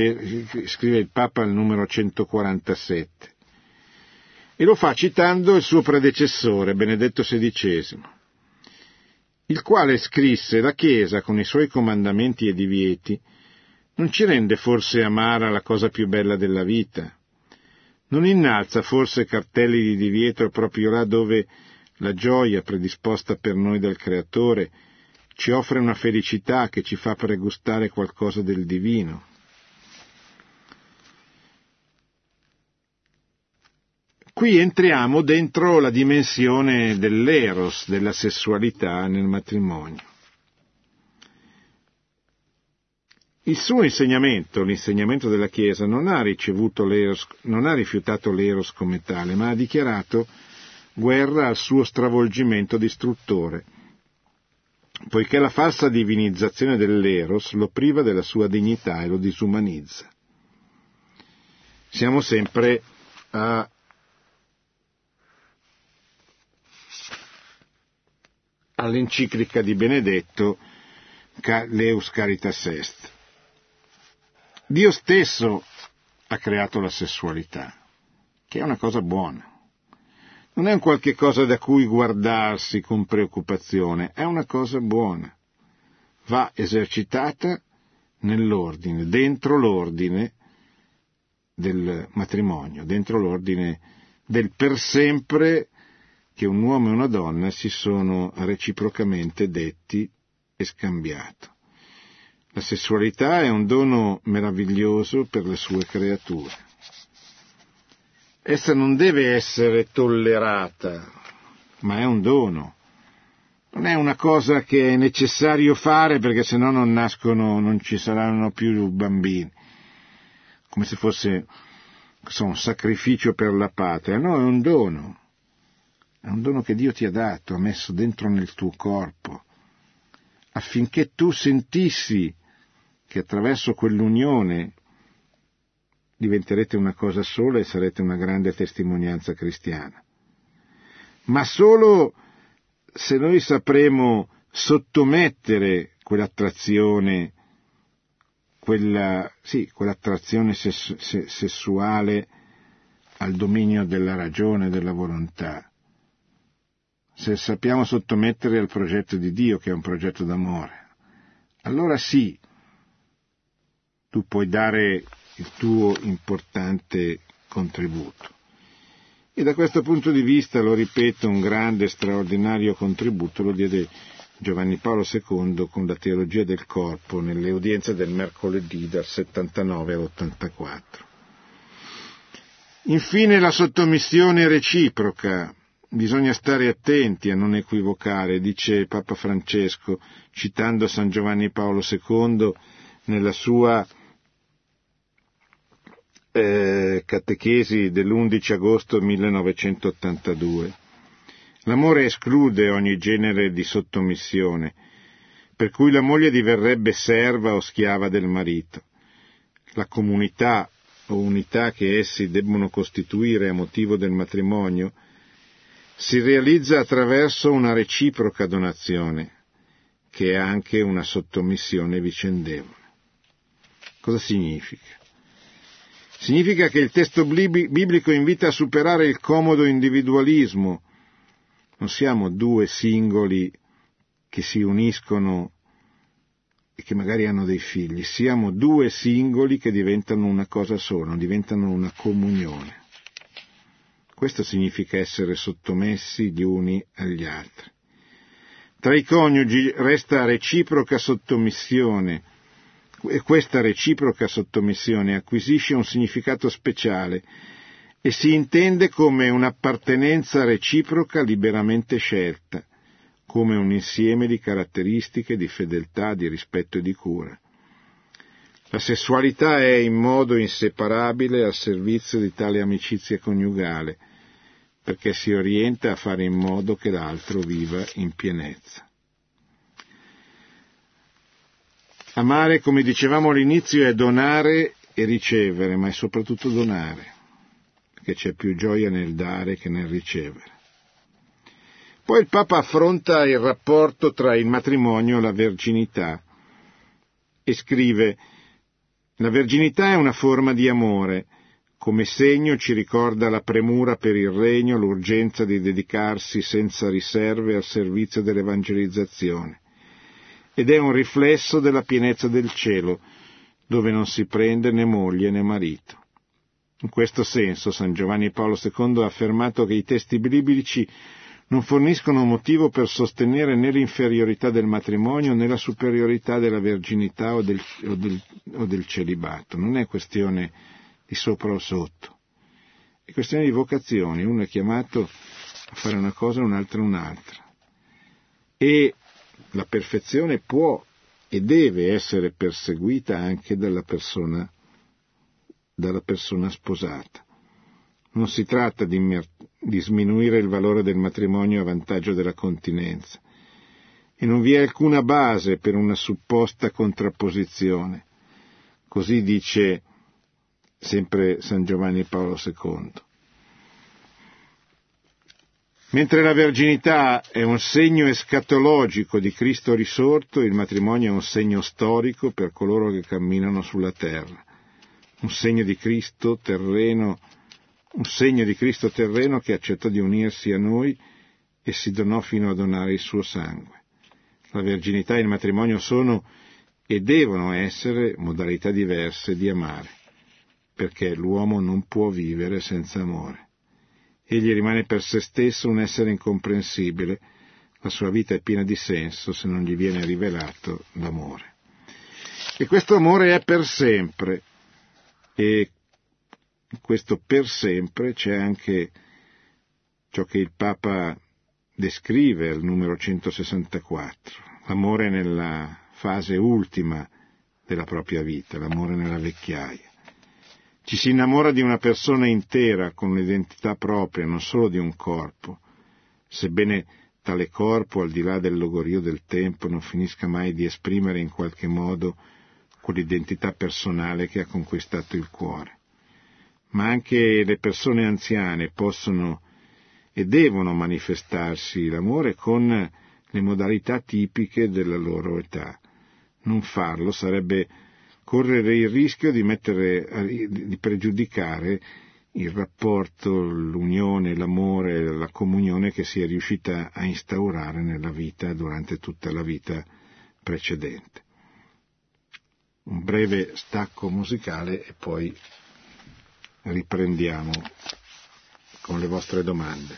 al numero 147, e lo fa citando il suo predecessore, Benedetto XVI, il quale scrisse: la Chiesa, con i suoi comandamenti e divieti, non ci rende forse amara la cosa più bella della vita? Non innalza forse cartelli di divieto proprio là dove la gioia predisposta per noi dal Creatore ci offre una felicità che ci fa pregustare qualcosa del divino? Qui entriamo dentro la dimensione dell'eros, della sessualità nel matrimonio. Il suo insegnamento, l'insegnamento della Chiesa, non ha rifiutato l'eros come tale, ma ha dichiarato guerra al suo stravolgimento distruttore, poiché la falsa divinizzazione dell'eros lo priva della sua dignità e lo disumanizza. Siamo sempre all'enciclica di Benedetto, Leus Caritas Est. Dio stesso ha creato la sessualità, che è una cosa buona. Non è un qualche cosa da cui guardarsi con preoccupazione, è una cosa buona. Va esercitata nell'ordine, dentro l'ordine del matrimonio, dentro l'ordine del per sempre che un uomo e una donna si sono reciprocamente detti e scambiato. La sessualità è un dono meraviglioso per le sue creature. Essa non deve essere tollerata, ma è un dono. Non è una cosa che è necessario fare perché sennò non ci saranno più bambini. Come se fosse un sacrificio per la patria. No, è un dono. È un dono che Dio ti ha dato, ha messo dentro nel tuo corpo, affinché tu sentissi che attraverso quell'unione diventerete una cosa sola e sarete una grande testimonianza cristiana. Ma solo se noi sapremo sottomettere quell'attrazione, quell'attrazione sessuale al dominio della ragione e della volontà. Se sappiamo sottomettere al progetto di Dio, che è un progetto d'amore, allora sì, tu puoi dare il tuo importante contributo. E da questo punto di vista, lo ripeto, un grande, straordinario contributo lo diede Giovanni Paolo II con la teologia del corpo nelle udienze del mercoledì dal 79 all'84. Infine la sottomissione reciproca. Bisogna stare attenti a non equivocare, dice Papa Francesco, citando San Giovanni Paolo II nella sua catechesi dell'11 agosto 1982. L'amore esclude ogni genere di sottomissione, per cui la moglie diverrebbe serva o schiava del marito. La comunità o unità che essi debbono costituire a motivo del matrimonio si realizza attraverso una reciproca donazione, che è anche una sottomissione vicendevole. Cosa significa? Significa che il testo biblico invita a superare il comodo individualismo, non siamo due singoli che si uniscono e che magari hanno dei figli, siamo due singoli che diventano una cosa sola, diventano una comunione. Questo significa essere sottomessi gli uni agli altri. Tra i coniugi resta reciproca sottomissione, e questa reciproca sottomissione acquisisce un significato speciale e si intende come un'appartenenza reciproca liberamente scelta, come un insieme di caratteristiche, di fedeltà, di rispetto e di cura. La sessualità è in modo inseparabile al servizio di tale amicizia coniugale, perché si orienta a fare in modo che l'altro viva in pienezza. Amare, come dicevamo all'inizio, è donare e ricevere, ma è soprattutto donare, perché c'è più gioia nel dare che nel ricevere. Poi il Papa affronta il rapporto tra il matrimonio e la verginità e scrive: la verginità è una forma di amore, come segno ci ricorda la premura per il regno, l'urgenza di dedicarsi senza riserve al servizio dell'evangelizzazione, ed è un riflesso della pienezza del cielo, dove non si prende né moglie né marito. In questo senso San Giovanni Paolo II ha affermato che i testi biblici non forniscono motivo per sostenere né l'inferiorità del matrimonio né la superiorità della verginità o del celibato. Non è questione di sopra o sotto, è questione di vocazioni. Uno è chiamato a fare una cosa, un altro un'altra. E la perfezione può e deve essere perseguita anche dalla persona sposata. Non si tratta di sminuire il valore del matrimonio a vantaggio della continenza, e non vi è alcuna base per una supposta contrapposizione. Così dice sempre San Giovanni Paolo II. Mentre la verginità è un segno escatologico di Cristo risorto, il matrimonio è un segno storico per coloro che camminano sulla terra, un segno di Cristo terreno che accettò di unirsi a noi e si donò fino a donare il suo sangue. La verginità e il matrimonio sono e devono essere modalità diverse di amare, perché l'uomo non può vivere senza amore. Egli rimane per se stesso un essere incomprensibile, la sua vita è piena di senso se non gli viene rivelato l'amore. E questo amore è per sempre, e questo per sempre c'è anche ciò che il Papa descrive al numero 164, l'amore nella fase ultima della propria vita, l'amore nella vecchiaia. Ci si innamora di una persona intera, con un'identità propria, non solo di un corpo, sebbene tale corpo, al di là del logorio del tempo, non finisca mai di esprimere in qualche modo quell'identità personale che ha conquistato il cuore. Ma anche le persone anziane possono e devono manifestarsi l'amore con le modalità tipiche della loro età. Non farlo sarebbe correre il rischio di pregiudicare il rapporto, l'unione, l'amore, la comunione che si è riuscita a instaurare nella vita durante tutta la vita precedente. Un breve stacco musicale e poi riprendiamo con le vostre domande.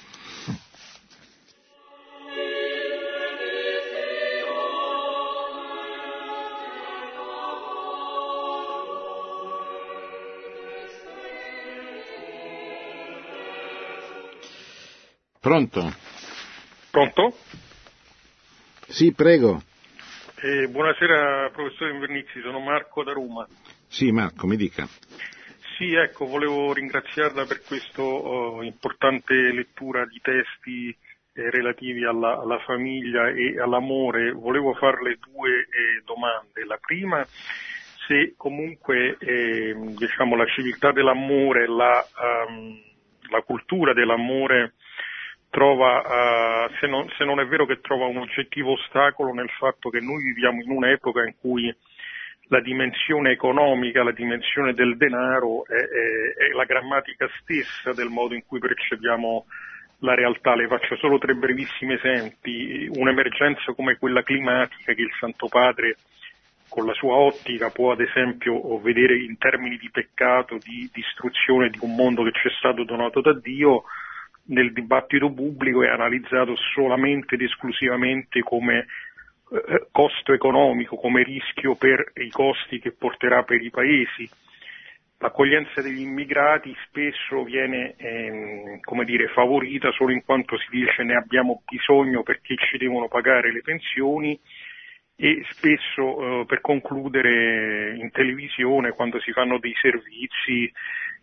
Pronto? Pronto? Sì, prego. Buonasera professore Invernizzi, sono Marco da Roma. Sì, Marco, mi dica. Sì, ecco, volevo ringraziarla per questa importante lettura di testi relativi alla famiglia e all'amore. Volevo farle due domande. La prima, se comunque la civiltà dell'amore, la cultura dell'amore trova, se non è vero che trova un oggettivo ostacolo nel fatto che noi viviamo in un'epoca in cui la dimensione economica, la dimensione del denaro è la grammatica stessa del modo in cui percepiamo la realtà. Le faccio solo 3 brevissimi esempi. Un'emergenza come quella climatica, che il Santo Padre con la sua ottica può ad esempio vedere in termini di peccato, di distruzione di un mondo che ci è stato donato da Dio, nel dibattito pubblico è analizzato solamente ed esclusivamente come costo economico, come rischio per i costi che porterà per i paesi. L'accoglienza degli immigrati spesso viene favorita solo in quanto si dice ne abbiamo bisogno perché ci devono pagare le pensioni, e spesso per concludere in televisione, quando si fanno dei servizi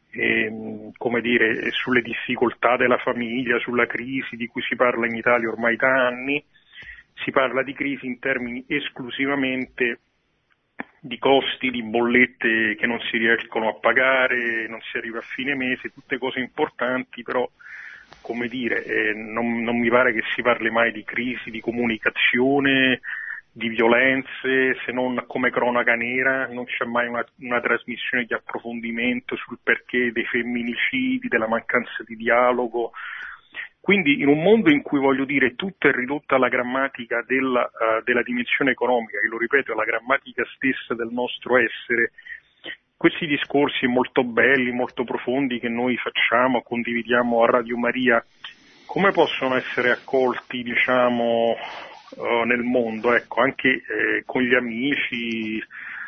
sulle difficoltà della famiglia, sulla crisi di cui si parla in Italia ormai da anni, si parla di crisi in termini esclusivamente di costi, di bollette che non si riescono a pagare, non si arriva a fine mese, tutte cose importanti, però non mi pare che si parli mai di crisi, di comunicazione, di violenze, se non come cronaca nera. Non c'è mai una trasmissione di approfondimento sul perché dei femminicidi, della mancanza di dialogo. Quindi in un mondo in cui, tutto è ridotto alla grammatica della dimensione economica, che lo ripeto è la grammatica stessa del nostro essere, questi discorsi molto belli, molto profondi che noi facciamo, condividiamo a Radio Maria, come possono essere accolti, nel mondo, anche con gli amici,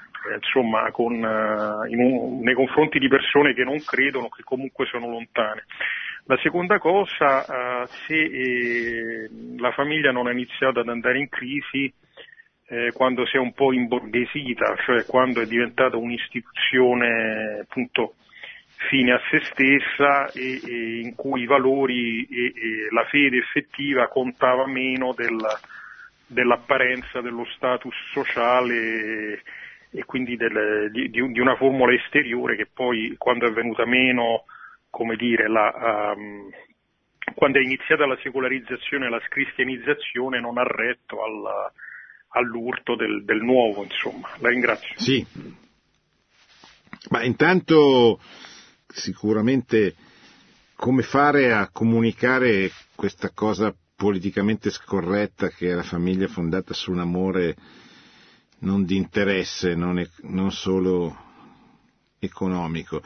nei confronti di persone che non credono, che comunque sono lontane. La seconda cosa, se la famiglia non ha iniziato ad andare in crisi quando si è un po' imborghesita, cioè quando è diventata un'istituzione appunto fine a se stessa e in cui i valori e la fede effettiva contava meno dell'apparenza, dello status sociale e quindi di una formula esteriore che poi, quando è venuta meno, quando è iniziata la secolarizzazione e la scristianizzazione, non ha retto all'urto del nuovo, insomma. La ringrazio. Sì, ma intanto sicuramente come fare a comunicare questa cosa politicamente scorretta che è la famiglia fondata su un amore non di interesse, non solo economico.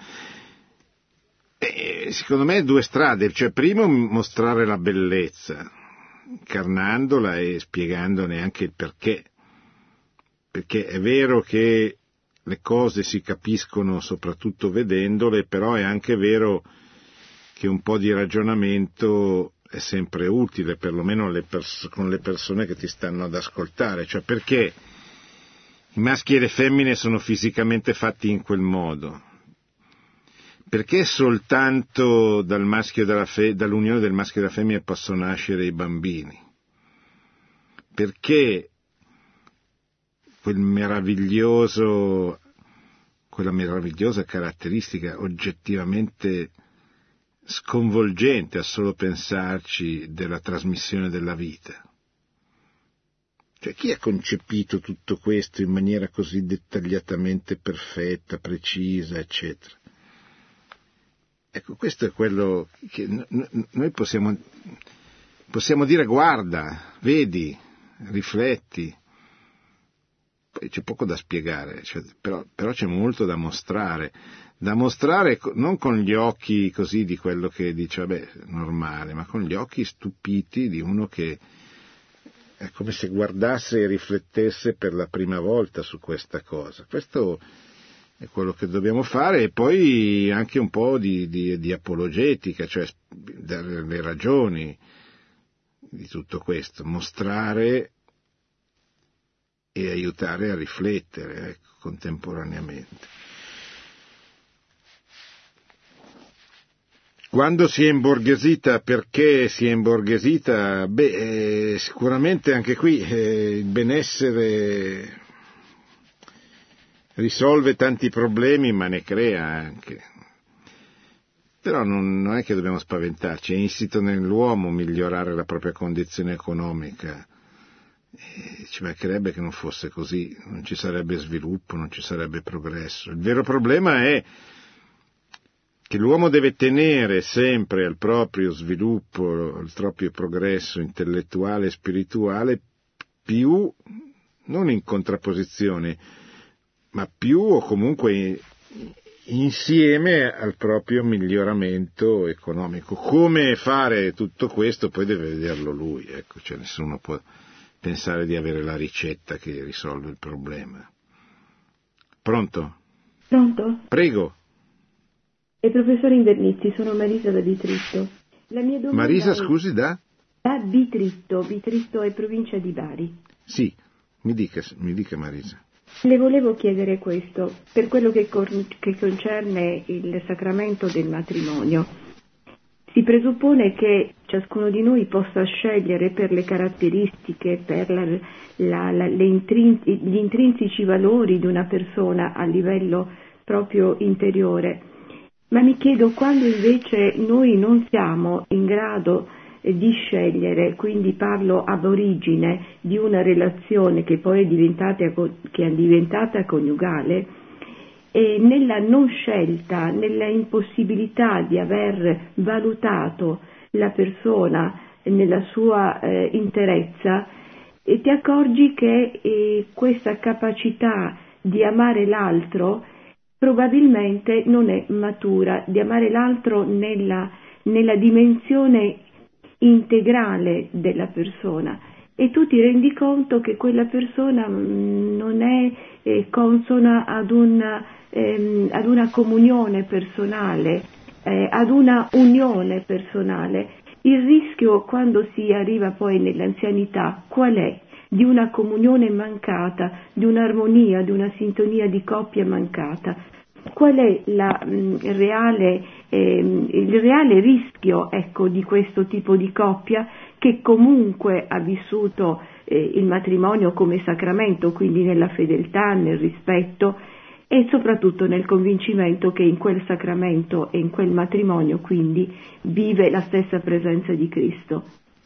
Secondo me 2 strade, cioè primo mostrare la bellezza, incarnandola e spiegandone anche il perché è vero che le cose si capiscono soprattutto vedendole, però è anche vero che un po' di ragionamento è sempre utile, perlomeno con le persone che ti stanno ad ascoltare, cioè perché i maschi e le femmine sono fisicamente fatti in quel modo, perché soltanto dall'unione del maschio e della femmina possono nascere i bambini, perché quella meravigliosa caratteristica oggettivamente sconvolgente a solo pensarci della trasmissione della vita. Cioè, chi ha concepito tutto questo in maniera così dettagliatamente perfetta, precisa, eccetera? Ecco, questo è quello che noi possiamo dire: guarda, vedi, rifletti. Poi c'è poco da spiegare, però c'è molto da mostrare non con gli occhi così di quello che dice, vabbè, normale, ma con gli occhi stupiti di uno che è come se guardasse e riflettesse per la prima volta su questa cosa. Questo è quello che dobbiamo fare, e poi anche un po' di apologetica, cioè dare le ragioni di tutto questo, mostrare e aiutare a riflettere, contemporaneamente. Quando si è imborghesita, perché si è imborghesita? Sicuramente anche qui il benessere risolve tanti problemi, ma ne crea anche. Però non è che dobbiamo spaventarci, è insito nell'uomo migliorare la propria condizione economica. Ci mancherebbe che non fosse così, non ci sarebbe sviluppo, non ci sarebbe progresso. Il vero problema è che l'uomo deve tenere sempre al proprio sviluppo, al proprio progresso intellettuale e spirituale, più, non in contrapposizione, ma più o comunque insieme al proprio miglioramento economico. Come fare tutto questo poi deve vederlo lui, ecco, cioè nessuno può pensare di avere la ricetta che risolve il problema. Pronto? Pronto? Prego. Professore Invernizzi, sono Marisa da Bitritto. La mia domanda Marisa, è... scusi, da? Da Bitritto è provincia di Bari. Sì, mi dica Marisa. Le volevo chiedere questo, per quello che concerne il sacramento del matrimonio. Si presuppone che ciascuno di noi possa scegliere per le caratteristiche, per gli intrinseci valori di una persona a livello proprio interiore. Ma mi chiedo, quando invece noi non siamo in grado di scegliere, quindi parlo ab origine di una relazione che poi è diventata coniugale, e nella non scelta, nella impossibilità di aver valutato la persona nella sua interezza, ti accorgi che questa capacità di amare l'altro probabilmente non è matura, di amare l'altro nella dimensione integrale della persona, e tu ti rendi conto che quella persona non è consona ad una comunione personale, ad una unione personale. Il rischio, quando si arriva poi nell'anzianità, qual è? Di una comunione mancata, di un'armonia, di una sintonia di coppia mancata. Qual è il reale rischio, ecco, di questo tipo di coppia che comunque ha vissuto il matrimonio come sacramento, quindi nella fedeltà, nel rispetto e soprattutto nel convincimento che in quel sacramento e in quel matrimonio quindi vive la stessa presenza di Cristo?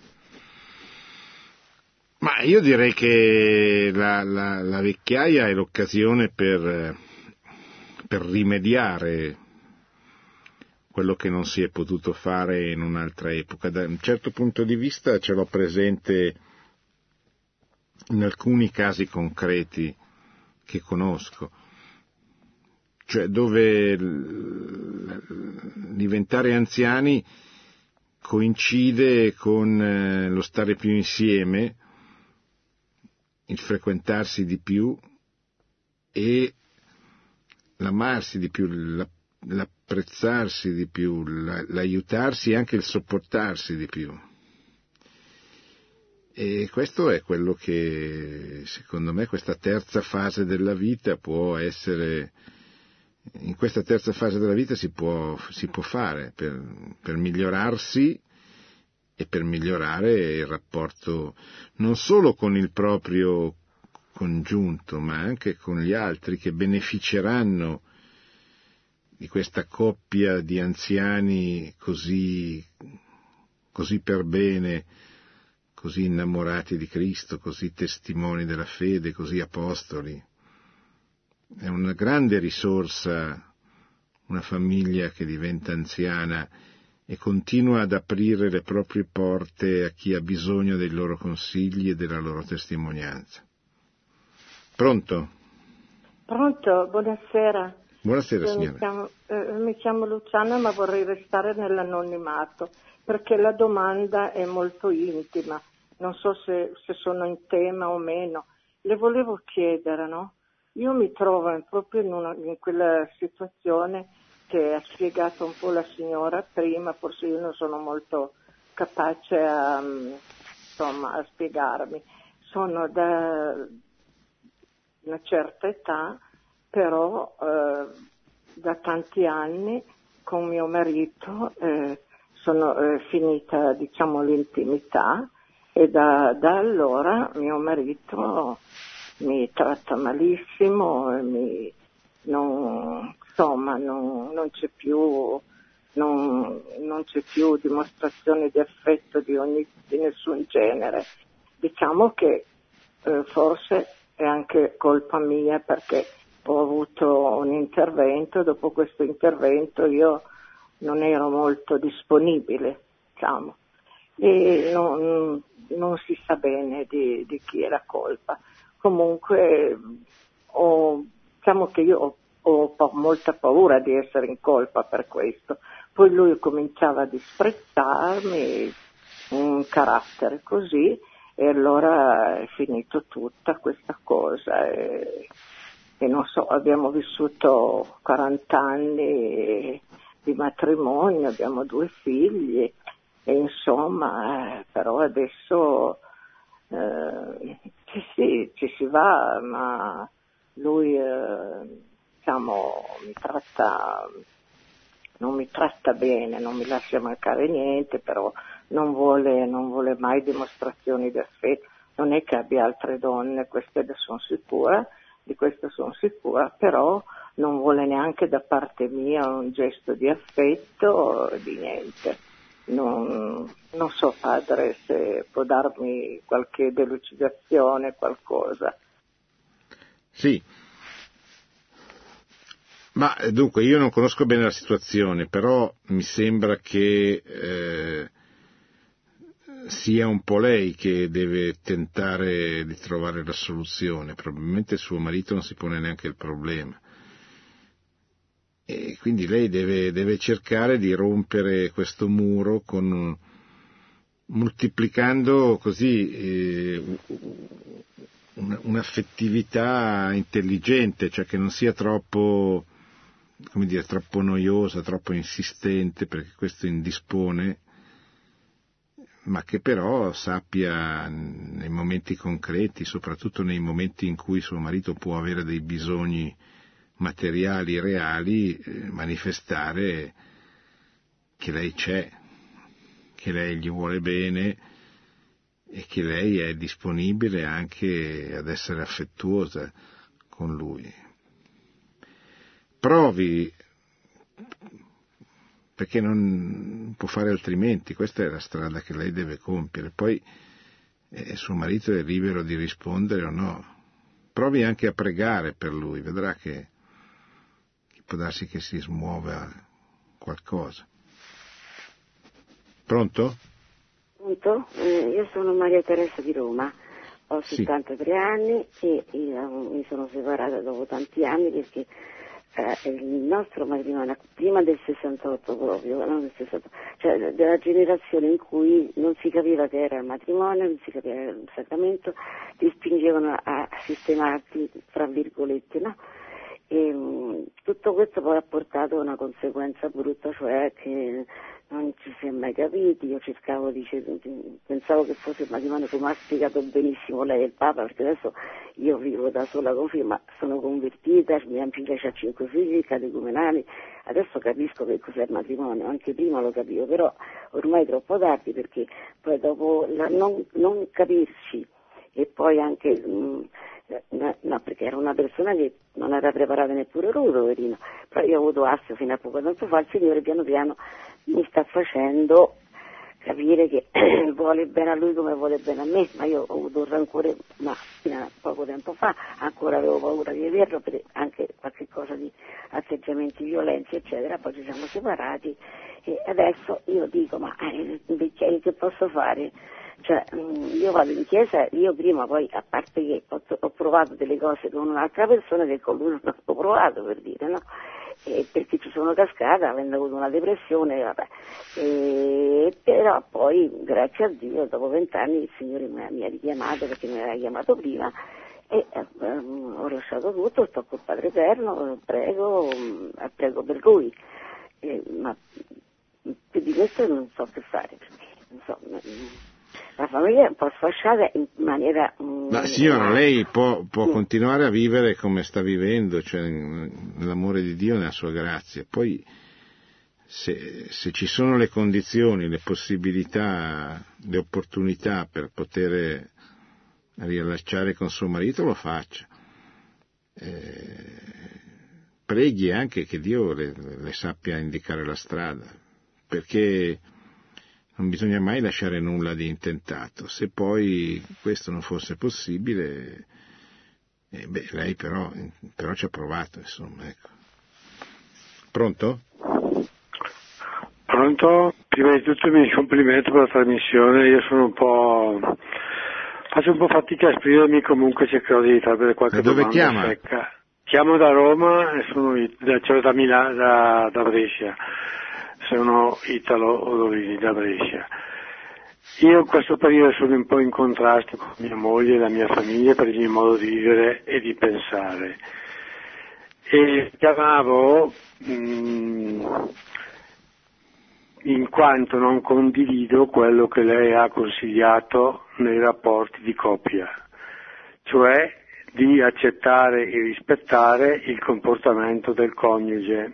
Ma io direi che la vecchiaia è l'occasione per rimediare quello che non si è potuto fare in un'altra epoca. Da un certo punto di vista ce l'ho presente in alcuni casi concreti che conosco, cioè dove diventare anziani coincide con lo stare più insieme, il frequentarsi di più e l'amarsi di più, l'apprezzarsi di più, l'aiutarsi e anche il sopportarsi di più. E questo è quello che, secondo me, questa terza fase della vita può essere. In questa terza fase della vita si può fare per migliorarsi e per migliorare il rapporto non solo con il proprio congiunto, ma anche con gli altri che beneficeranno di questa coppia di anziani così per bene, così innamorati di Cristo, così testimoni della fede, così apostoli. È una grande risorsa una famiglia che diventa anziana e continua ad aprire le proprie porte a chi ha bisogno dei loro consigli e della loro testimonianza. Pronto? Pronto, buonasera. Buonasera signora. Mi chiamo Luciana, ma vorrei restare nell'anonimato perché la domanda è molto intima. Non so se sono in tema o meno. Le volevo chiedere, no? Io mi trovo proprio in quella situazione che ha spiegato un po' la signora prima, forse io non sono molto capace a spiegarmi. Sono da una certa età, però da tanti anni con mio marito sono finita, diciamo, l'intimità, e da allora mio marito mi tratta malissimo, non c'è più dimostrazione di affetto di nessun genere. Diciamo che forse è anche colpa mia perché ho avuto un intervento, dopo questo intervento io non ero molto disponibile, diciamo, e non si sa bene di chi è la colpa. Comunque diciamo che io ho molta paura di essere in colpa per questo. Poi lui cominciava a disprezzarmi, un carattere così, e allora è finito tutta questa cosa. E non so, abbiamo vissuto 40 anni di matrimonio, abbiamo 2 figli, e insomma, però adesso ci si va, ma lui diciamo non mi tratta bene, non mi lascia mancare niente, però non vuole mai dimostrazioni di affetto. Non è che abbia altre donne, di questo sono sicura, però non vuole neanche da parte mia un gesto di affetto, di niente. Non so, padre, se può darmi qualche delucidazione, qualcosa. Sì. Ma dunque, io non conosco bene la situazione, però mi sembra che sia un po' lei che deve tentare di trovare la soluzione. Probabilmente suo marito non si pone neanche il problema. E quindi lei deve cercare di rompere questo muro moltiplicando così un'affettività intelligente, cioè che non sia troppo, come dire, troppo noiosa, troppo insistente, perché questo indispone, ma che però sappia nei momenti concreti, soprattutto nei momenti in cui suo marito può avere dei bisogni materiali reali, manifestare che lei c'è, che lei gli vuole bene e che lei è disponibile anche ad essere affettuosa con lui. Provi, perché non può fare altrimenti, questa è la strada che lei deve compiere, poi suo marito è libero di rispondere o no. Provi anche a pregare per lui, vedrà che può darsi che si smuova qualcosa. Pronto? Pronto? Io sono Maria Teresa di Roma, ho 73 anni e mi sono separata dopo tanti anni perché il nostro matrimonio, prima del 68 proprio, non del 68, cioè della generazione in cui non si capiva che era il matrimonio, non si capiva che era il sacramento, ti spingevano a sistemarti, fra virgolette, no? E tutto questo poi ha portato a una conseguenza brutta, cioè che non ci si è mai capiti. Io pensavo che fosse il matrimonio, come ha spiegato benissimo lei e il Papa, perché adesso io vivo da sola con figli, ma sono convertita, mia figlia ha 5 figli catecumenali, adesso capisco che cos'è il matrimonio, anche prima lo capivo, però ormai è troppo tardi, perché poi dopo non capirci e poi anche no, perché era una persona che non era preparata neppure lui, poverino. Però io ho avuto astio fino a poco tempo fa, il Signore piano piano mi sta facendo capire che vuole bene a lui come vuole bene a me, ma io ho avuto un rancore, ma fino a poco tempo fa ancora avevo paura di averlo, per anche qualche cosa di atteggiamenti violenti eccetera. Poi ci siamo separati e adesso io dico, ma che posso fare? Cioè, io vado in chiesa, io prima poi, a parte che ho provato delle cose con un'altra persona che con lui non ho provato, per dire, no? Perché ci sono cascata avendo avuto una depressione, vabbè. Però poi, grazie a Dio, dopo 20 anni il Signore mi ha richiamato, perché mi aveva chiamato prima, e ho lasciato tutto, sto col Padre Eterno, prego per lui. Ma più di questo non so che fare, perché non so. La famiglia è un po' sfasciata in maniera... Ma signora, lei può continuare a vivere come sta vivendo, cioè nell'amore di Dio e nella sua grazia. Poi, se ci sono le condizioni, le possibilità, le opportunità per poter riallacciare con suo marito, lo faccia. Preghi anche che Dio le sappia indicare la strada, perché non bisogna mai lasciare nulla di intentato. Se poi questo non fosse possibile, lei però ci ha provato, insomma, ecco. Pronto? Pronto? Prima di tutto mi complimento per la trasmissione, io sono faccio un po' fatica a esprimermi, comunque cercherò di trarre qualche domanda secca. Chiamo da Roma e cioè da Brescia, sono Italo Odorini da Brescia. Io in questo periodo sono un po' in contrasto con mia moglie e la mia famiglia per il mio modo di vivere e di pensare. E chiamavo in quanto non condivido quello che lei ha consigliato nei rapporti di coppia, cioè di accettare e rispettare il comportamento del coniuge.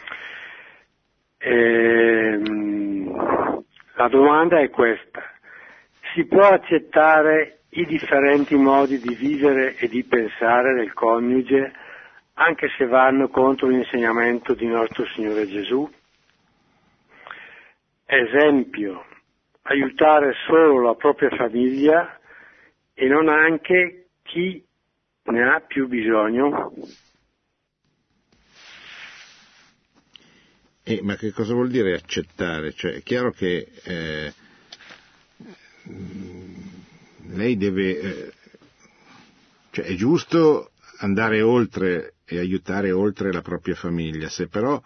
La domanda è questa: si può accettare i differenti modi di vivere e di pensare del coniuge anche se vanno contro l'insegnamento di nostro Signore Gesù? Esempio, aiutare solo la propria famiglia e non anche chi ne ha più bisogno? Ma che cosa vuol dire accettare? Cioè, è chiaro che lei deve, cioè è giusto andare oltre e aiutare oltre la propria famiglia, se però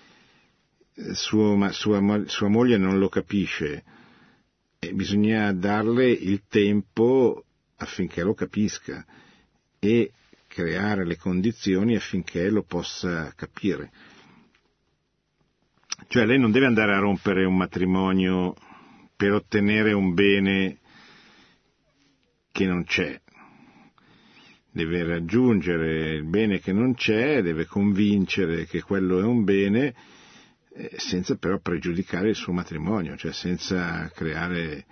sua moglie non lo capisce, bisogna darle il tempo affinché lo capisca e creare le condizioni affinché lo possa capire. Cioè lei non deve andare a rompere un matrimonio per ottenere un bene che non c'è, deve raggiungere il bene che non c'è, deve convincere che quello è un bene, senza però pregiudicare il suo matrimonio, cioè senza creare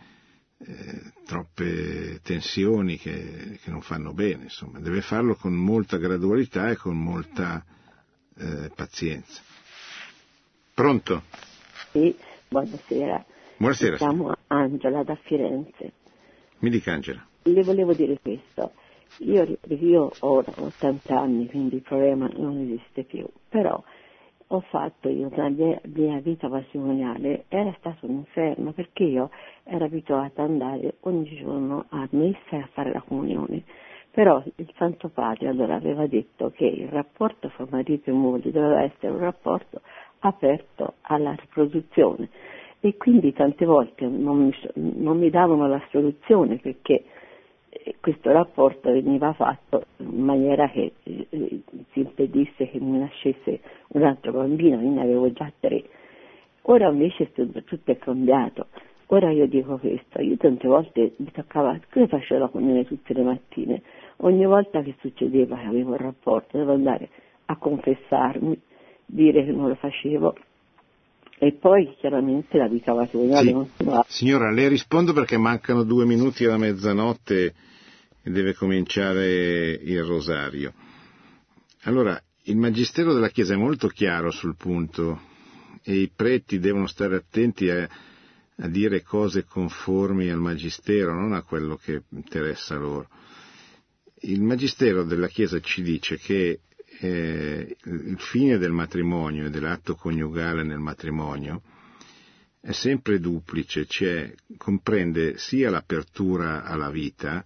troppe tensioni che non fanno bene, insomma, deve farlo con molta gradualità e con molta pazienza. Pronto? Sì, buonasera. Buonasera. Siamo Angela da Firenze. Mi dica, Angela. Le volevo dire questo. Io ho 80 anni, quindi il problema non esiste più, però ho fatto la mia vita matrimoniale, era stato un inferno perché io ero abituata ad andare ogni giorno a messa e a fare la comunione, però il Santo Padre allora aveva detto che il rapporto fra marito e moglie doveva essere un rapporto aperto alla riproduzione e quindi tante volte non mi davano la soluzione perché questo rapporto veniva fatto in maniera che si impedisse che mi nascesse un altro bambino, io ne avevo già 3. Ora invece tutto è cambiato. Ora io dico questo, io tante volte mi toccava, io facevo la comunione tutte le mattine, ogni volta che succedeva che avevo un rapporto dovevo andare a confessarmi, dire che non lo facevo e poi chiaramente la vita matrimoniale continuava. Signora, le rispondo perché mancano 2 minuti alla mezzanotte e deve cominciare il rosario. Allora, il Magistero della Chiesa è molto chiaro sul punto e i preti devono stare attenti a dire cose conformi al Magistero, non a quello che interessa loro. Il Magistero della Chiesa ci dice che il fine del matrimonio e dell'atto coniugale nel matrimonio è sempre duplice, cioè comprende sia l'apertura alla vita,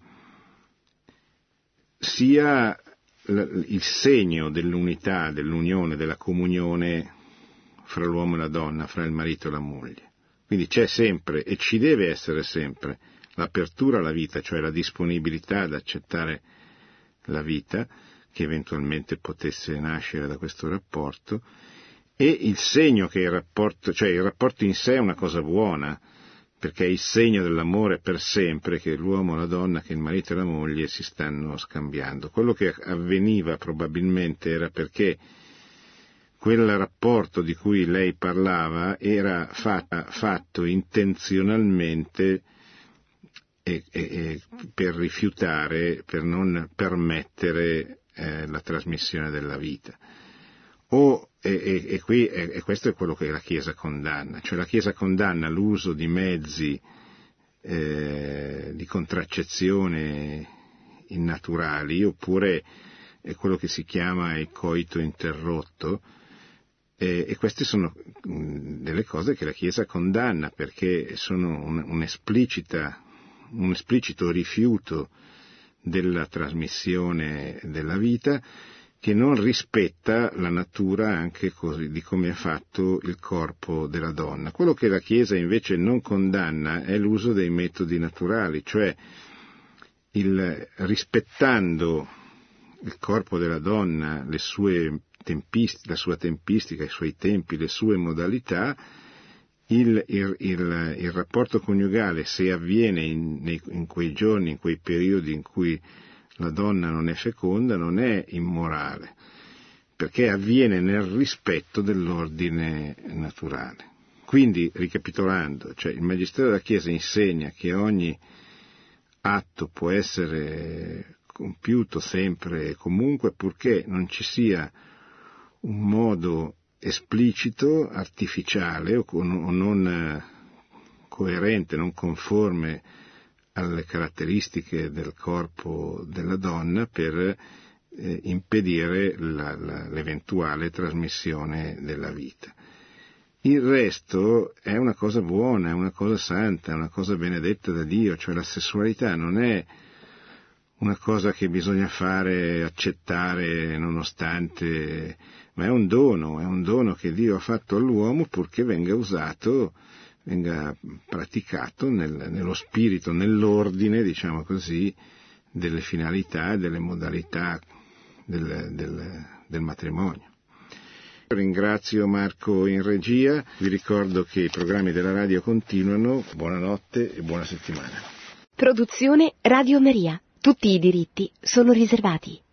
sia il segno dell'unità, dell'unione, della comunione fra l'uomo e la donna, fra il marito e la moglie. Quindi c'è sempre e ci deve essere sempre l'apertura alla vita, cioè la disponibilità ad accettare la vita che eventualmente potesse nascere da questo rapporto, e il segno che il rapporto in sé è una cosa buona, perché è il segno dell'amore per sempre, che l'uomo e la donna, che il marito e la moglie si stanno scambiando. Quello che avveniva probabilmente era perché quel rapporto di cui lei parlava era fatto intenzionalmente per rifiutare, per non permettere la trasmissione della vita. Questo è quello che la Chiesa condanna, cioè la Chiesa condanna l'uso di mezzi di contraccezione innaturali, oppure quello che si chiama il coito interrotto, E queste sono delle cose che la Chiesa condanna, perché sono un esplicito rifiuto della trasmissione della vita, che non rispetta la natura anche così di come è fatto il corpo della donna. Quello che la Chiesa invece non condanna è l'uso dei metodi naturali, cioè rispettando il corpo della donna, la sua tempistica, i suoi tempi, le sue modalità, il rapporto coniugale, se avviene in quei giorni, in quei periodi in cui la donna non è feconda, non è immorale, perché avviene nel rispetto dell'ordine naturale. Quindi, ricapitolando, cioè il Magistero della Chiesa insegna che ogni atto può essere compiuto sempre e comunque, purché non ci sia un modo esplicito, artificiale o non coerente, non conforme alle caratteristiche del corpo della donna per impedire l'eventuale trasmissione della vita. Il resto è una cosa buona, è una cosa santa, è una cosa benedetta da Dio, cioè la sessualità non è una cosa che bisogna fare, accettare nonostante, ma è un dono che Dio ha fatto all'uomo purché venga usato, venga praticato nello spirito, nell'ordine, diciamo così, delle finalità e delle modalità del matrimonio. Ringrazio Marco in regia, vi ricordo che i programmi della radio continuano, buonanotte e buona settimana. Produzione Radio Maria. Tutti i diritti sono riservati.